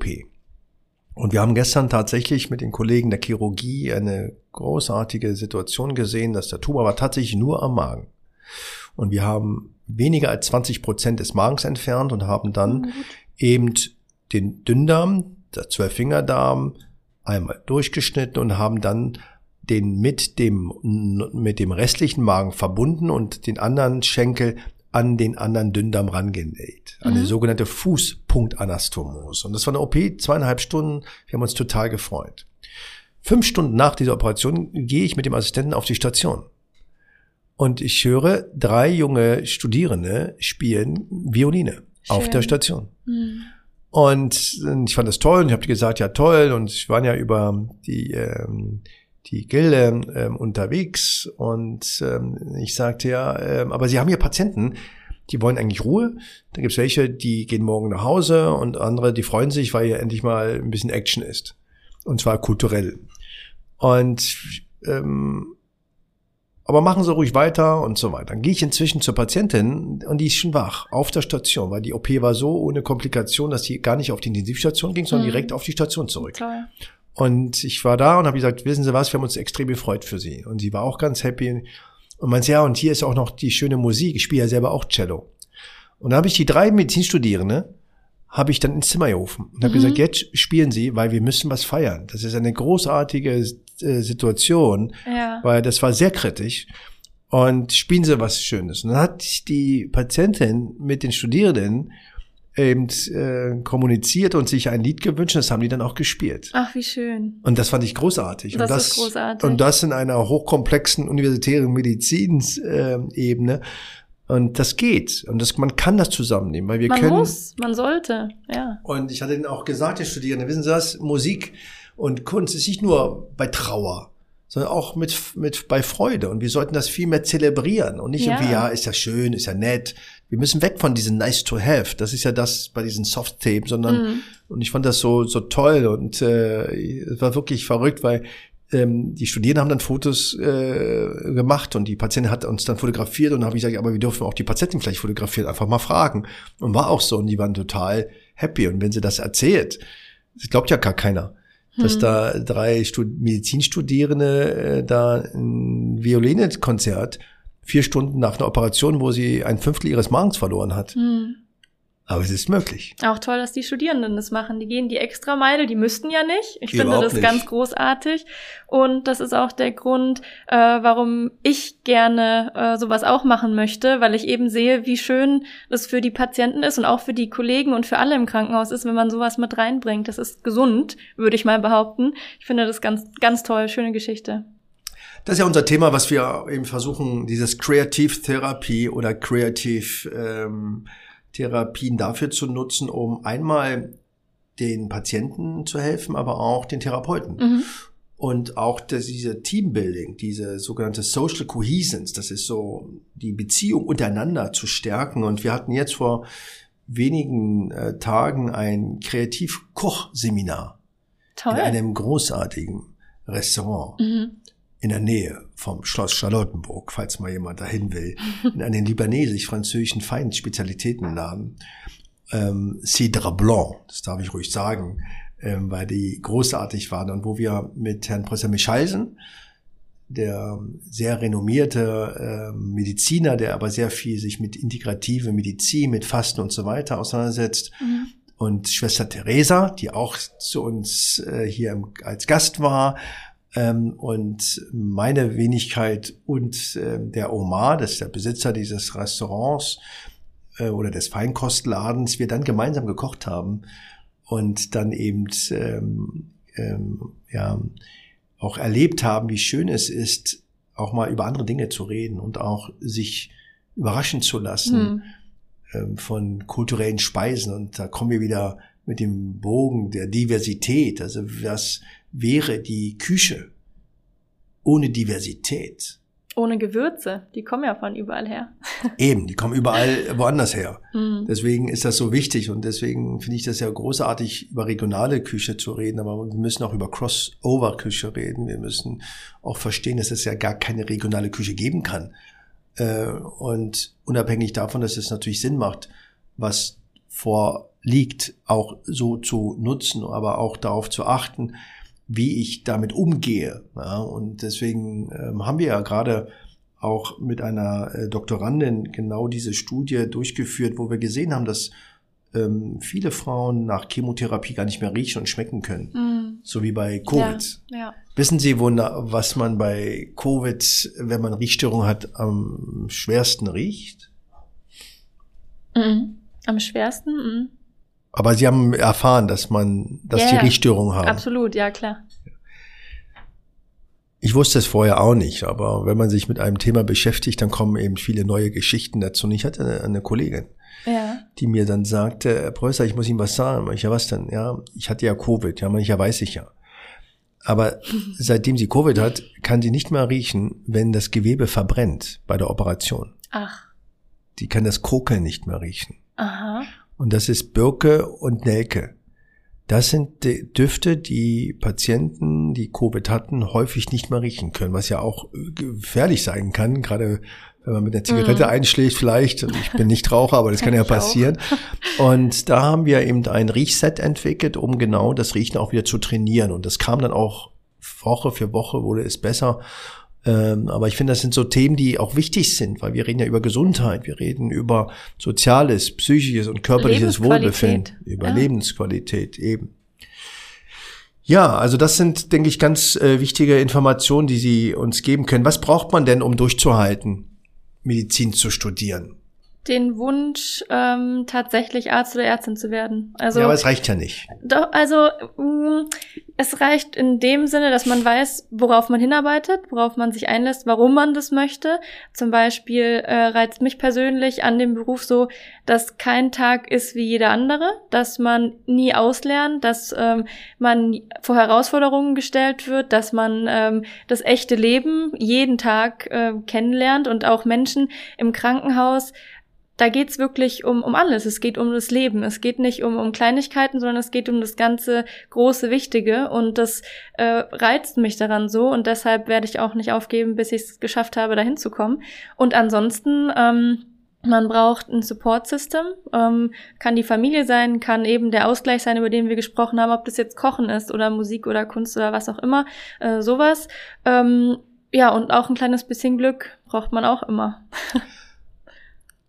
Und wir haben gestern tatsächlich mit den Kollegen der Chirurgie eine großartige Situation gesehen, dass der Tumor war tatsächlich nur am Magen. Und wir haben weniger als 20% des Magens entfernt und haben dann eben den Dünndarm, der 12-Fingerdarm, einmal durchgeschnitten und haben dann den mit dem restlichen Magen verbunden und den anderen Schenkel an den anderen Dünndarm rangenäht. Eine sogenannte Fußpunktanastomose. Und das war eine OP, 2,5 Stunden. Wir haben uns total gefreut. 5 Stunden nach dieser Operation gehe ich mit dem Assistenten auf die Station. Und ich höre 3 junge Studierende spielen Violine auf der Station. Und ich fand das toll und ich habe gesagt, ja toll. Und ich war ja über die Gilde unterwegs und ich sagte ja, aber Sie haben hier Patienten, die wollen eigentlich Ruhe. Da gibt's welche, die gehen morgen nach Hause und andere, die freuen sich, weil hier endlich mal ein bisschen Action ist. Und zwar kulturell. Und aber machen Sie ruhig weiter und so weiter. Dann gehe ich inzwischen zur Patientin und die ist schon wach auf der Station, weil die OP war so ohne Komplikation, dass die gar nicht auf die Intensivstation ging, sondern direkt auf die Station zurück. Toll. Und ich war da und habe gesagt, wissen Sie was, wir haben uns extrem gefreut für Sie. Und sie war auch ganz happy und meinte, ja, und hier ist auch noch die schöne Musik. Ich spiele ja selber auch Cello. Und da habe ich die 3 Medizinstudierende, habe ich dann ins Zimmer gerufen und habe gesagt, jetzt spielen Sie, weil wir müssen was feiern. Das ist eine großartige Situation, weil das war sehr kritisch. Und spielen Sie was Schönes. Und dann hat die Patientin mit den Studierenden eben kommuniziert und sich ein Lied gewünscht, das haben die dann auch gespielt. Ach, wie schön. Und das fand ich großartig. Das ist großartig. Und das in einer hochkomplexen universitären Medizinsebene. Und das geht. Und man kann das zusammennehmen, weil man sollte, ja. Und ich hatte ihnen auch gesagt, die Studierenden, wissen Sie was, Musik und Kunst ist nicht nur bei Trauer, sondern auch bei Freude. Und wir sollten das viel mehr zelebrieren und nicht irgendwie, ja, ist ja schön, ist ja nett. Wir müssen weg von diesen nice to have. Das ist ja das bei diesen Soft-Themen, sondern, und ich fand das so toll und es war wirklich verrückt, weil die Studierenden haben dann Fotos gemacht und die Patientin hat uns dann fotografiert und dann habe ich gesagt, aber wir dürfen auch die Patientin vielleicht fotografieren, einfach mal fragen. Und war auch so und die waren total happy. Und wenn sie das erzählt, das glaubt ja gar keiner, dass da 3 Medizinstudierende da ein Violinkonzert 4 Stunden nach einer Operation, wo sie ein 1/5 ihres Magens verloren hat. Aber es ist möglich. Auch toll, dass die Studierenden das machen. Die gehen die Extrameile, die müssten ja nicht. Ich finde Überhaupt das nicht. ganz großartig. Und das ist auch der Grund, warum ich gerne sowas auch machen möchte, weil ich eben sehe, wie schön das für die Patienten ist und auch für die Kollegen und für alle im Krankenhaus ist, wenn man sowas mit reinbringt. Das ist gesund, würde ich mal behaupten. Ich finde das ganz, ganz toll. Schöne Geschichte. Das ist ja unser Thema, was wir eben versuchen, dieses Creative Therapy oder Therapien dafür zu nutzen, um einmal den Patienten zu helfen, aber auch den Therapeuten. Mhm. Und auch diese Teambuilding, diese sogenannte Social Cohesions, das ist so die Beziehung untereinander zu stärken. Und wir hatten jetzt vor wenigen Tagen ein Kreativ-Koch-Seminar Toll. in einem großartigen Restaurant. Mhm. In der Nähe vom Schloss Charlottenburg, falls mal jemand dahin will, in einen libanesisch-französischen Feinspezialitätenladen, Cidre Blanc, das darf ich ruhig sagen, weil die großartig waren und wo wir mit Herrn Professor Michalsen, der sehr renommierte Mediziner, der aber sehr viel sich mit integrative Medizin, mit Fasten und so weiter auseinandersetzt, und Schwester Teresa, die auch zu uns hier als Gast war, und meine Wenigkeit und der Omar, das ist der Besitzer dieses Restaurants oder des Feinkostladens, wir dann gemeinsam gekocht haben und dann eben auch erlebt haben, wie schön es ist, auch mal über andere Dinge zu reden und auch sich überraschen zu lassen von kulturellen Speisen. Und da kommen wir wieder mit dem Bogen der Diversität. Also was wäre die Küche ohne Diversität? Ohne Gewürze, die kommen ja von überall her. Eben, die kommen überall woanders her. Deswegen ist das so wichtig und deswegen finde ich das ja großartig, über regionale Küche zu reden, aber wir müssen auch über Crossover-Küche reden. Wir müssen auch verstehen, dass es ja gar keine regionale Küche geben kann. Und unabhängig davon, dass es natürlich Sinn macht, was vorliegt, auch so zu nutzen, aber auch darauf zu achten, wie ich damit umgehe. Ja, und deswegen haben wir ja gerade auch mit einer Doktorandin genau diese Studie durchgeführt, wo wir gesehen haben, dass viele Frauen nach Chemotherapie gar nicht mehr riechen und schmecken können. So wie bei Covid. Ja. Wissen Sie, was man bei Covid, wenn man Riechstörungen hat, am schwersten riecht? Am schwersten? Aber Sie haben erfahren, dass die Riechstörungen haben. Absolut, ja klar. Ich wusste es vorher auch nicht, aber wenn man sich mit einem Thema beschäftigt, dann kommen eben viele neue Geschichten dazu. Und ich hatte eine Kollegin, die mir dann sagte, Herr Professor, ich muss Ihnen was sagen. Ich, ja, was denn? Ja, ich hatte ja Covid. Ja, mancher weiß ich ja. Aber seitdem sie Covid hat, kann sie nicht mehr riechen, wenn das Gewebe verbrennt bei der Operation. Ach. Die kann das Kokeln nicht mehr riechen. Aha. Und das ist Birke und Nelke. Das sind die Düfte, die Patienten, die Covid hatten, häufig nicht mehr riechen können, was ja auch gefährlich sein kann, gerade wenn man mit einer Zigarette einschlägt vielleicht. Und ich bin nicht Raucher, aber das kann ja passieren. Und da haben wir eben ein Riechset entwickelt, um genau das Riechen auch wieder zu trainieren. Und das kam dann auch Woche für Woche, wurde es besser. Aber ich finde, das sind so Themen, die auch wichtig sind, weil wir reden ja über Gesundheit, wir reden über soziales, psychisches und körperliches Wohlbefinden, über Lebensqualität eben. Ja, also das sind, denke ich, ganz wichtige Informationen, die Sie uns geben können. Was braucht man denn, um durchzuhalten, Medizin zu studieren? Den Wunsch, tatsächlich Arzt oder Ärztin zu werden. Also, ja, aber es reicht ja nicht. Doch, also es reicht in dem Sinne, dass man weiß, worauf man hinarbeitet, worauf man sich einlässt, warum man das möchte. Zum Beispiel reizt mich persönlich an dem Beruf so, dass kein Tag ist wie jeder andere, dass man nie auslernt, dass man vor Herausforderungen gestellt wird, dass man das echte Leben jeden Tag kennenlernt und auch Menschen im Krankenhaus. Da geht's wirklich um alles. Es geht um das Leben. Es geht nicht um Kleinigkeiten, sondern es geht um das ganze große Wichtige. Und das reizt mich daran so. Und deshalb werde ich auch nicht aufgeben, bis ich es geschafft habe, dahin zu kommen. Und ansonsten, man braucht ein Support-System. Kann die Familie sein, kann eben der Ausgleich sein, über den wir gesprochen haben, ob das jetzt Kochen ist oder Musik oder Kunst oder was auch immer. Sowas. Ja, und auch ein kleines bisschen Glück braucht man auch immer.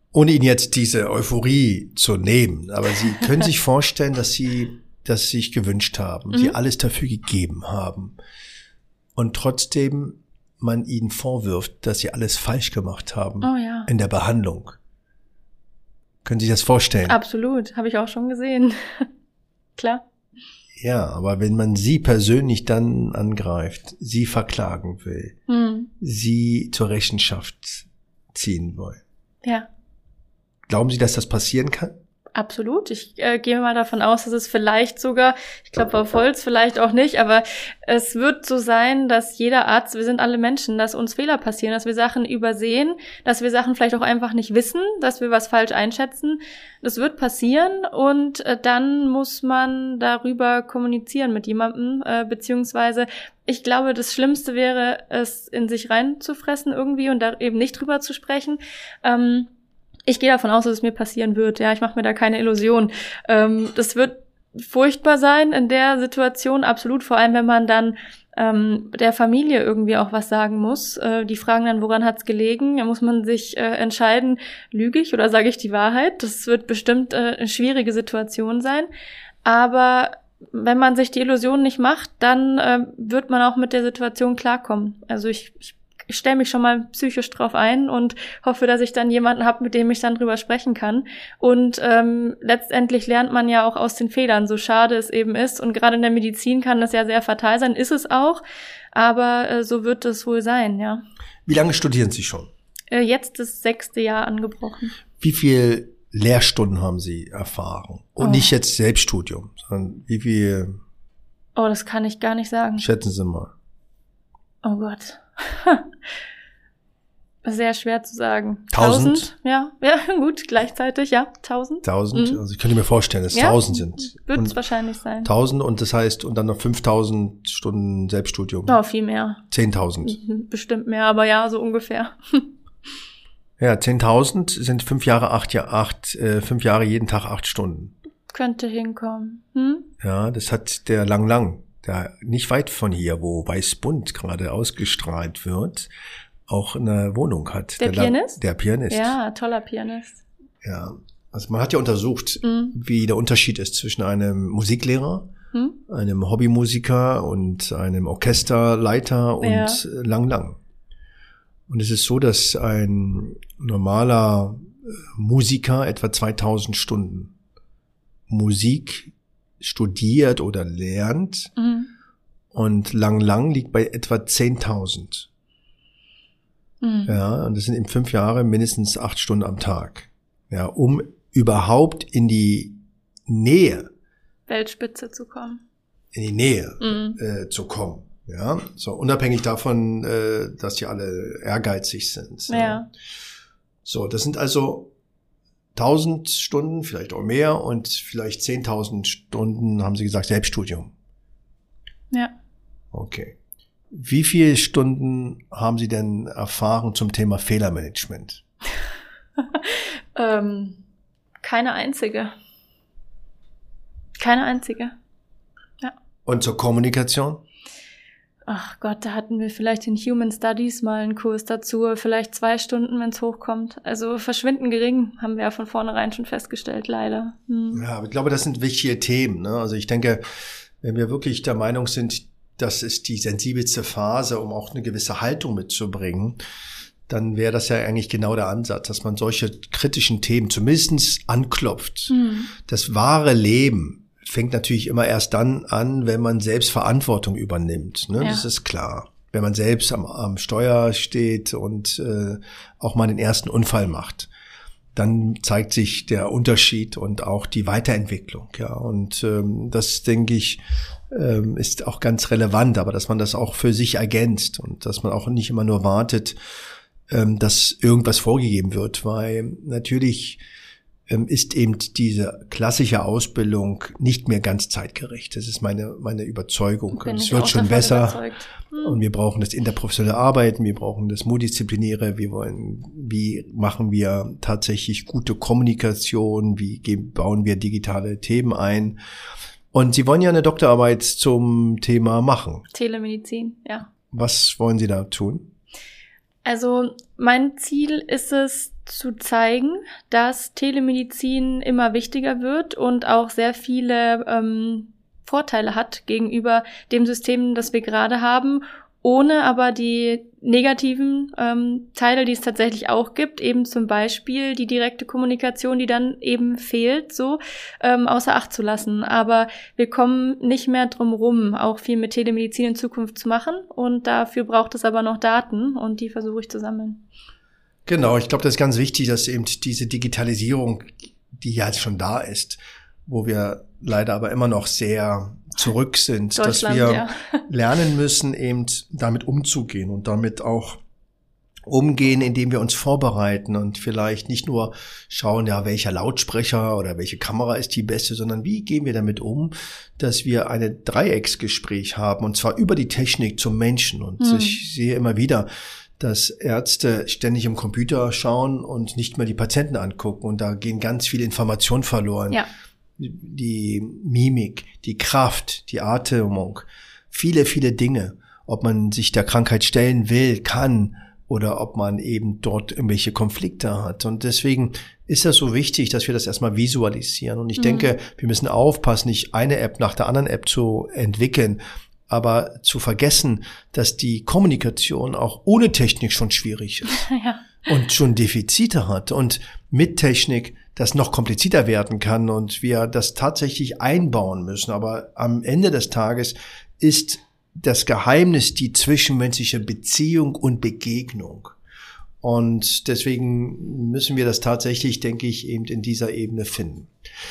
Ohne Ihnen jetzt diese Euphorie zu nehmen, aber Sie können sich vorstellen, dass Sie das sich gewünscht haben, Sie alles dafür gegeben haben und trotzdem man Ihnen vorwirft, dass Sie alles falsch gemacht haben in der Behandlung. Können Sie sich das vorstellen? Absolut, habe ich auch schon gesehen. Klar. Ja, aber wenn man Sie persönlich dann angreift, Sie verklagen will, Sie zur Rechenschaft ziehen will. Ja. Glauben Sie, dass das passieren kann? Absolut. Ich gehe mal davon aus, dass es vielleicht sogar, ich glaube auf Holz vielleicht auch nicht, aber es wird so sein, dass jeder Arzt, wir sind alle Menschen, dass uns Fehler passieren, dass wir Sachen übersehen, dass wir Sachen vielleicht auch einfach nicht wissen, dass wir was falsch einschätzen. Das wird passieren und dann muss man darüber kommunizieren mit jemandem, beziehungsweise ich glaube, das Schlimmste wäre, es in sich reinzufressen irgendwie und da eben nicht drüber zu sprechen. Ich gehe davon aus, dass es mir passieren wird. Ja, ich mache mir da keine Illusion. Das wird furchtbar sein in der Situation, absolut. Vor allem, wenn man dann der Familie irgendwie auch was sagen muss. Die fragen dann, woran hat's gelegen? Da muss man sich entscheiden, lüge ich oder sage ich die Wahrheit? Das wird bestimmt eine schwierige Situation sein. Aber wenn man sich die Illusion nicht macht, dann wird man auch mit der Situation klarkommen. Also ich stelle mich schon mal psychisch drauf ein und hoffe, dass ich dann jemanden habe, mit dem ich dann drüber sprechen kann. Und letztendlich lernt man ja auch aus den Fehlern, so schade es eben ist. Und gerade in der Medizin kann das ja sehr fatal sein, ist es auch. Aber so wird es wohl sein, ja. Wie lange studieren Sie schon? Jetzt das 6. Jahr angebrochen. Wie viel Lehrstunden haben Sie erfahren? Und nicht jetzt Selbststudium, sondern wie viel? Oh, das kann ich gar nicht sagen. Schätzen Sie mal. Oh Gott. Sehr schwer zu sagen. 1000? Ja, gut, gleichzeitig, ja, 1000. 1000? Also ich könnte mir vorstellen, dass es 1000 sind. Wird es wahrscheinlich sein. 1000 und das heißt, und dann noch 5000 Stunden Selbststudium. Oh, viel mehr. 10.000. Bestimmt mehr, aber ja, so ungefähr. Ja, 10.000 sind 5 Jahre, 5 Jahre jeden Tag 8 Stunden. Könnte hinkommen. Ja, das hat der Lang, der nicht weit von hier, wo Weißbund gerade ausgestrahlt wird, auch eine Wohnung hat. Der Pianist? Der Pianist. Ja, toller Pianist. Ja, also man hat ja untersucht, wie der Unterschied ist zwischen einem Musiklehrer, einem Hobbymusiker und einem Orchesterleiter und Lang. Und es ist so, dass ein normaler Musiker etwa 2000 Stunden Musik studiert oder lernt und Lang liegt bei etwa 10.000. Ja, und das sind eben 5 Jahre mindestens 8 Stunden am Tag. Ja, um überhaupt in die Nähe Weltspitze zu kommen. In die Nähe zu kommen. Ja, so unabhängig davon, dass die alle ehrgeizig sind. Ja. So, das sind also 1000 Stunden, vielleicht auch mehr und vielleicht 10.000 Stunden, haben Sie gesagt, Selbststudium. Ja. Okay. Wie viele Stunden haben Sie denn erfahren zum Thema Fehlermanagement? Keine einzige. Keine einzige. Ja. Und zur Kommunikation? Ach Gott, da hatten wir vielleicht in Human Studies mal einen Kurs dazu, vielleicht 2 Stunden, wenn es hochkommt. Also verschwindend gering, haben wir ja von vornherein schon festgestellt, leider. Ja, aber ich glaube, das sind wichtige Themen, ne? Also ich denke, wenn wir wirklich der Meinung sind, das ist die sensibelste Phase, um auch eine gewisse Haltung mitzubringen, dann wäre das ja eigentlich genau der Ansatz, dass man solche kritischen Themen zumindest anklopft. Das wahre Leben fängt natürlich immer erst dann an, wenn man selbst Verantwortung übernimmt. Ne? Ja. Das ist klar. Wenn man selbst am Steuer steht und auch mal den ersten Unfall macht, dann zeigt sich der Unterschied und auch die Weiterentwicklung. Ja, und das, denke ich, ist auch ganz relevant, aber dass man das auch für sich ergänzt und dass man auch nicht immer nur wartet, dass irgendwas vorgegeben wird, weil natürlich ist eben diese klassische Ausbildung nicht mehr ganz zeitgerecht. Das ist meine Überzeugung. Es wird schon besser. Und wir brauchen das interprofessionelle Arbeiten, wir brauchen das Multidisziplinäre, wie machen wir tatsächlich gute Kommunikation, wie bauen wir digitale Themen ein. Und Sie wollen ja eine Doktorarbeit zum Thema machen. Telemedizin, ja. Was wollen Sie da tun? Also mein Ziel ist es, zu zeigen, dass Telemedizin immer wichtiger wird und auch sehr viele Vorteile hat gegenüber dem System, das wir gerade haben, ohne aber die negativen Teile, die es tatsächlich auch gibt, eben zum Beispiel die direkte Kommunikation, die dann eben fehlt, so außer Acht zu lassen. Aber wir kommen nicht mehr drum rum, auch viel mit Telemedizin in Zukunft zu machen. Und dafür braucht es aber noch Daten und die versuche ich zu sammeln. Genau, ich glaube, das ist ganz wichtig, dass eben diese Digitalisierung, die ja jetzt schon da ist, wo wir leider aber immer noch sehr zurück sind, dass wir lernen müssen, eben damit umzugehen und damit auch umgehen, indem wir uns vorbereiten und vielleicht nicht nur schauen, ja, welcher Lautsprecher oder welche Kamera ist die beste, sondern wie gehen wir damit um, dass wir ein Dreiecksgespräch haben und zwar über die Technik zum Menschen. Und ich sehe immer wieder, dass Ärzte ständig im Computer schauen und nicht mehr die Patienten angucken und da gehen ganz viele Informationen verloren. Ja. Die Mimik, die Kraft, die Atmung, viele, viele Dinge, ob man sich der Krankheit stellen will, kann oder ob man eben dort irgendwelche Konflikte hat. Und deswegen ist das so wichtig, dass wir das erstmal visualisieren. Und ich denke, wir müssen aufpassen, nicht eine App nach der anderen App zu entwickeln, aber zu vergessen, dass die Kommunikation auch ohne Technik schon schwierig ist und schon Defizite hat und mit Technik das noch komplizierter werden kann und wir das tatsächlich einbauen müssen. Aber am Ende des Tages ist das Geheimnis die zwischenmenschliche Beziehung und Begegnung. Und deswegen müssen wir das tatsächlich, denke ich, eben in dieser Ebene finden.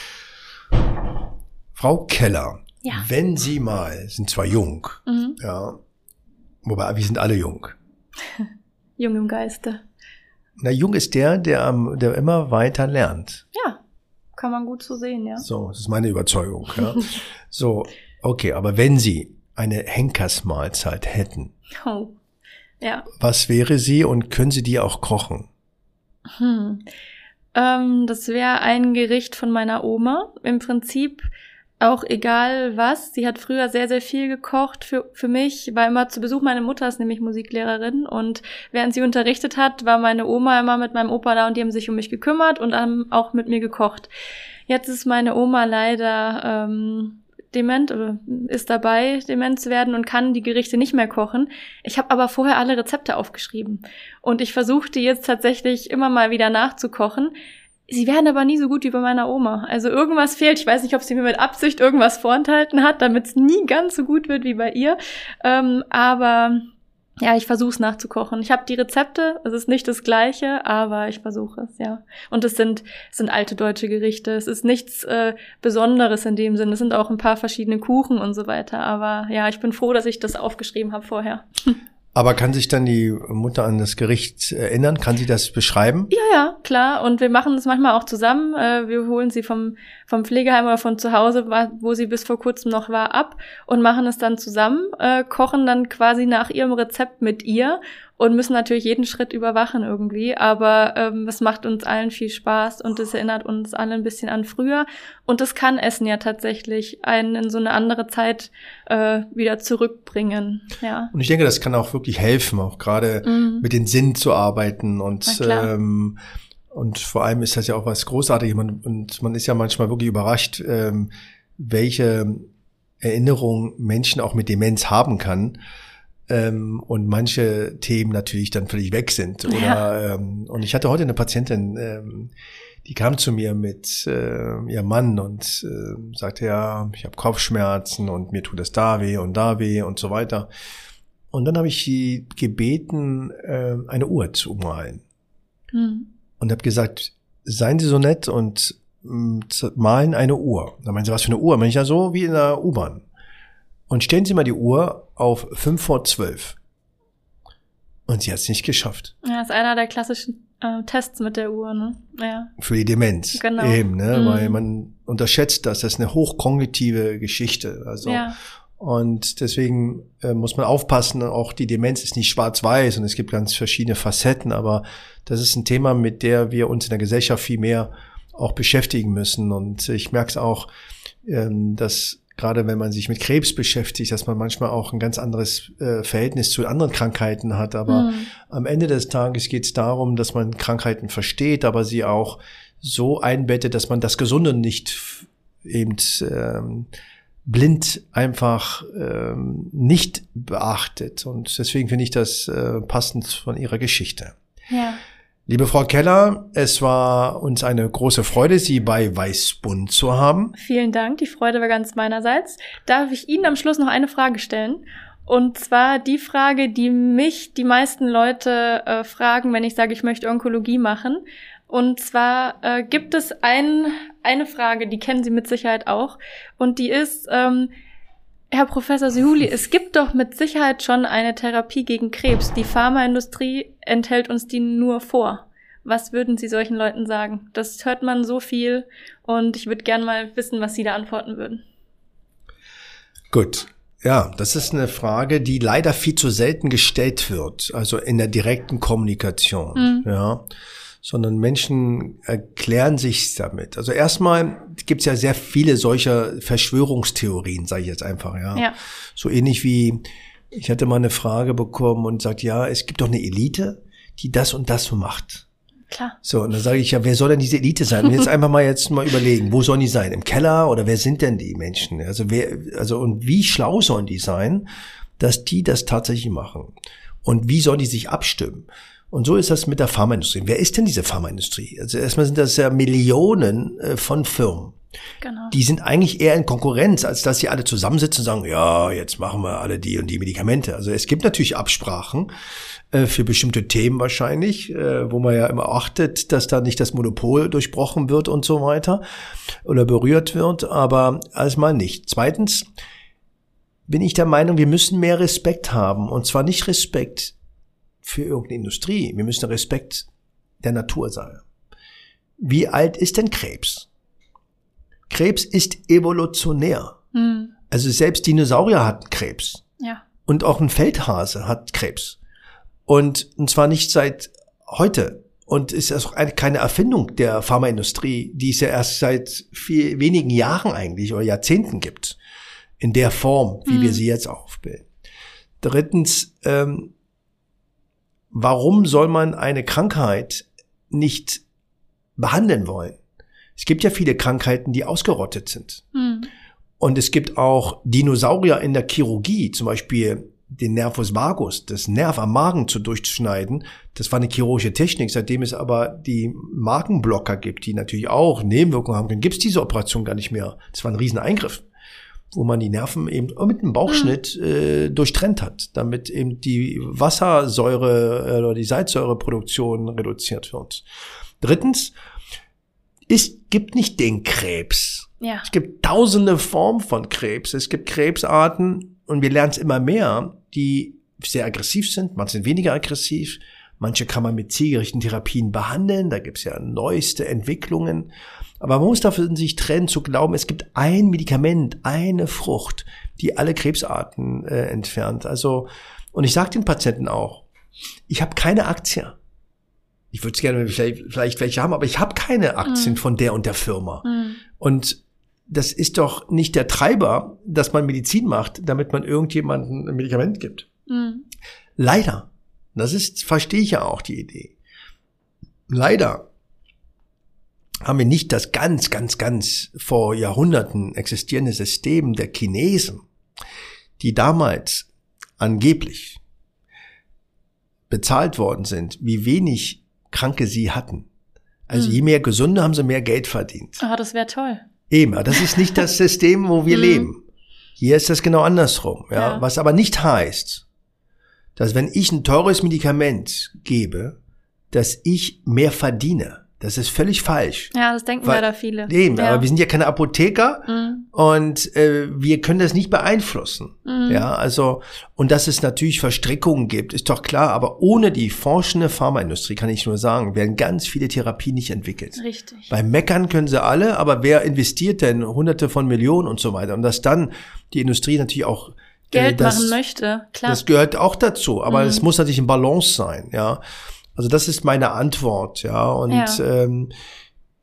Frau Keller, wenn Sie mal, sind zwar jung, ja, wobei wir sind alle jung. Jung im Geiste. Na, jung ist der immer weiter lernt. Ja, kann man gut so sehen, ja. So, das ist meine Überzeugung, ja. So, okay, aber wenn Sie eine Henkersmahlzeit hätten, was wäre sie und können Sie die auch kochen? Das wäre ein Gericht von meiner Oma. Im Prinzip auch egal was. Sie hat früher sehr, sehr viel gekocht für mich. War immer zu Besuch. Meine Mutter ist nämlich Musiklehrerin und während sie unterrichtet hat, war meine Oma immer mit meinem Opa da und die haben sich um mich gekümmert und haben auch mit mir gekocht. Jetzt ist meine Oma leider dement oder ist dabei, dement zu werden und kann die Gerichte nicht mehr kochen. Ich habe aber vorher alle Rezepte aufgeschrieben und ich versuche die jetzt tatsächlich immer mal wieder nachzukochen. Sie werden aber nie so gut wie bei meiner Oma. Also irgendwas fehlt. Ich weiß nicht, ob sie mir mit Absicht irgendwas vorenthalten hat, damit es nie ganz so gut wird wie bei ihr. Aber ja, ich versuche es nachzukochen. Ich habe die Rezepte, es ist nicht das Gleiche, aber ich versuche es, ja. Und es sind alte deutsche Gerichte. Es ist nichts Besonderes in dem Sinn. Es sind auch ein paar verschiedene Kuchen und so weiter. Aber ja, ich bin froh, dass ich das aufgeschrieben habe vorher. Aber kann sich dann die Mutter an das Gericht erinnern? Kann sie das beschreiben? Ja, klar. Und wir machen das manchmal auch zusammen. Wir holen sie vom Pflegeheim oder von zu Hause, wo sie bis vor kurzem noch war, ab und machen es dann zusammen, kochen dann quasi nach ihrem Rezept mit ihr und müssen natürlich jeden Schritt überwachen irgendwie. Aber es macht uns allen viel Spaß und es erinnert uns alle ein bisschen an früher. Und das kann Essen ja tatsächlich einen in so eine andere Zeit wieder zurückbringen. Ja. Und ich denke, das kann auch wirklich helfen, auch gerade mit den Sinnen zu arbeiten und vor allem ist das ja auch was Großartiges und man ist ja manchmal wirklich überrascht, welche Erinnerungen Menschen auch mit Demenz haben kann. Und manche Themen natürlich dann völlig weg sind. Oder und ich hatte heute eine Patientin, die kam zu mir mit ihrem Mann und sagte, ja, ich habe Kopfschmerzen und mir tut es da weh und so weiter. Und dann habe ich sie gebeten, eine Uhr zu malen. Und habe gesagt, seien Sie so nett und malen eine Uhr. Dann meinen sie, was für eine Uhr? Meine ich, ja so wie in der U-Bahn. Und stellen Sie mal die Uhr auf 5:12. Und sie hat es nicht geschafft. Ja, ist einer der klassischen Tests mit der Uhr, ne? Ja. Für die Demenz. Genau. Eben, ne? Weil man unterschätzt das. Das ist eine hochkognitive Geschichte. Also. Ja. Und deswegen muss man aufpassen, auch die Demenz ist nicht schwarz-weiß und es gibt ganz verschiedene Facetten, aber das ist ein Thema, mit der wir uns in der Gesellschaft viel mehr auch beschäftigen müssen. Und ich merke es auch, dass gerade wenn man sich mit Krebs beschäftigt, dass man manchmal auch ein ganz anderes Verhältnis zu anderen Krankheiten hat. Aber am Ende des Tages geht es darum, dass man Krankheiten versteht, aber sie auch so einbettet, dass man das Gesunde nicht eben blind einfach nicht beachtet. Und deswegen finde ich das passend von Ihrer Geschichte. Ja. Liebe Frau Keller, es war uns eine große Freude, Sie bei Weißbund zu haben. Vielen Dank, die Freude war ganz meinerseits. Darf ich Ihnen am Schluss noch eine Frage stellen? Und zwar die Frage, die mich die meisten Leute fragen, wenn ich sage, ich möchte Onkologie machen. Und zwar gibt es eine Frage, die kennen Sie mit Sicherheit auch. Und die ist, Herr Professor Sehuli, es gibt doch mit Sicherheit schon eine Therapie gegen Krebs. Die Pharmaindustrie enthält uns die nur vor. Was würden Sie solchen Leuten sagen? Das hört man so viel und ich würde gerne mal wissen, was Sie da antworten würden. Gut. Ja, das ist eine Frage, die leider viel zu selten gestellt wird, also in der direkten Kommunikation, ja. Sondern Menschen erklären sich damit. Also erstmal gibt's ja sehr viele solcher Verschwörungstheorien, sage ich jetzt einfach, ja. So ähnlich wie, ich hatte mal eine Frage bekommen und sagt, ja, es gibt doch eine Elite, die das und das macht. Klar. So, und dann sage ich, ja, wer soll denn diese Elite sein? Und jetzt einfach mal überlegen, wo sollen die sein? Im Keller oder wer sind denn die Menschen? Und wie schlau sollen die sein, dass die das tatsächlich machen? Und wie sollen die sich abstimmen? Und so ist das mit der Pharmaindustrie. Wer ist denn diese Pharmaindustrie? Also erstmal sind das ja Millionen von Firmen. Genau. Die sind eigentlich eher in Konkurrenz, als dass sie alle zusammensitzen und sagen, ja, jetzt machen wir alle die und die Medikamente. Also es gibt natürlich Absprachen für bestimmte Themen wahrscheinlich, wo man ja immer achtet, dass da nicht das Monopol durchbrochen wird und so weiter oder berührt wird, aber alles mal nicht. Zweitens bin ich der Meinung, wir müssen mehr Respekt haben. Und zwar nicht Respekt für irgendeine Industrie. Wir müssen Respekt der Natur sein. Wie alt ist denn Krebs? Krebs ist evolutionär. Also selbst Dinosaurier hatten Krebs. Ja. Und auch ein Feldhase hat Krebs. Und zwar nicht seit heute. Und ist auch keine Erfindung der Pharmaindustrie, die es ja erst seit wenigen Jahren eigentlich oder Jahrzehnten gibt. In der Form, wie wir sie jetzt aufbilden. Drittens, warum soll man eine Krankheit nicht behandeln wollen? Es gibt ja viele Krankheiten, die ausgerottet sind. Und es gibt auch Dinosaurier in der Chirurgie, zum Beispiel den Nervus vagus, das Nerv am Magen zu durchschneiden. Das war eine chirurgische Technik. Seitdem es aber die Magenblocker gibt, die natürlich auch Nebenwirkungen haben können, gibt es diese Operation gar nicht mehr. Das war ein Rieseneingriff, wo man die Nerven eben mit einem Bauchschnitt durchtrennt hat, damit eben die Wassersäure oder die Salzsäureproduktion reduziert wird. Drittens, es gibt nicht den Krebs. Ja. Es gibt tausende Formen von Krebs. Es gibt Krebsarten und wir lernen es immer mehr, die sehr aggressiv sind. Manche sind weniger aggressiv. Manche kann man mit zielgerichteten Therapien behandeln. Da gibt es ja neueste Entwicklungen. Aber man muss dafür sich trennen, zu glauben, es gibt ein Medikament, eine Frucht, die alle Krebsarten entfernt. Also, und ich sage den Patienten auch, ich habe keine Aktie. Ich würde gerne vielleicht welche haben, aber ich habe keine Aktien von der und der Firma. Und das ist doch nicht der Treiber, dass man Medizin macht, damit man irgendjemandem ein Medikament gibt. Leider. Verstehe ich ja auch die Idee. Leider haben wir nicht das ganz vor Jahrhunderten existierende System der Chinesen, die damals angeblich bezahlt worden sind, wie wenig Kranke sie hatten. Also je mehr Gesunde haben sie mehr Geld verdient. Ah, das wäre toll. Eben, das ist nicht das System, wo wir leben. Hier ist das genau andersrum. Ja? Was aber nicht heißt, dass wenn ich ein teures Medikament gebe, dass ich mehr verdiene. Das ist völlig falsch. Ja, das denken leider viele. Eben, aber wir sind ja keine Apotheker und wir können das nicht beeinflussen. Ja, also, und dass es natürlich Verstrickungen gibt, ist doch klar, aber ohne die forschende Pharmaindustrie, kann ich nur sagen, werden ganz viele Therapien nicht entwickelt. Richtig. Beim Meckern können sie alle, aber wer investiert denn Hunderte von Millionen und so weiter? Und dass dann die Industrie natürlich auch Geld machen möchte, klar. Das gehört auch dazu, aber es muss natürlich in Balance sein, ja. Also das ist meine Antwort, ja. Und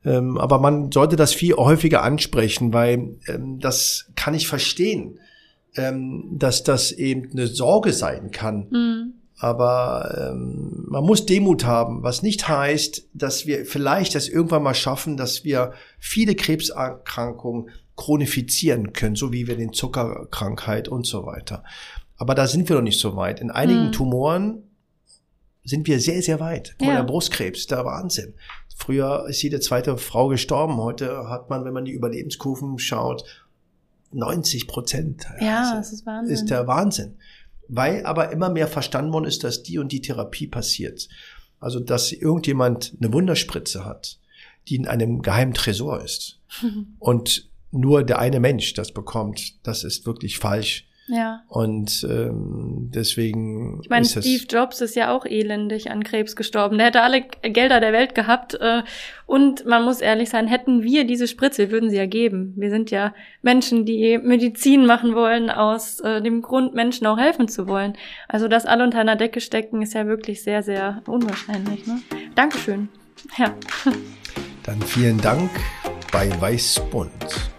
Aber man sollte das viel häufiger ansprechen, weil das kann ich verstehen, dass das eben eine Sorge sein kann. Mhm. Aber man muss Demut haben, was nicht heißt, dass wir vielleicht das irgendwann mal schaffen, dass wir viele Krebserkrankungen chronifizieren können, so wie wir den Zuckerkrankheit und so weiter. Aber da sind wir noch nicht so weit. In einigen Tumoren sind wir sehr, sehr weit. Der Brustkrebs, der Wahnsinn. Früher ist jede zweite Frau gestorben. Heute hat man, wenn man die Überlebenskurven schaut, 90%. Ja, das ist Wahnsinn. Ist der Wahnsinn. Weil aber immer mehr verstanden worden ist, dass die und die Therapie passiert. Also, dass irgendjemand eine Wunderspritze hat, die in einem geheimen Tresor ist. Und nur der eine Mensch das bekommt, das ist wirklich falsch. Ja. Und deswegen. Ich meine, Steve Jobs ist ja auch elendig an Krebs gestorben. Der hätte alle Gelder der Welt gehabt. Und man muss ehrlich sein, hätten wir diese Spritze, würden sie ja geben. Wir sind ja Menschen, die Medizin machen wollen, aus dem Grund, Menschen auch helfen zu wollen. Also, dass alle unter einer Decke stecken, ist ja wirklich sehr, sehr unwahrscheinlich. Ne? Dankeschön. Ja. Dann vielen Dank bei Weißbund.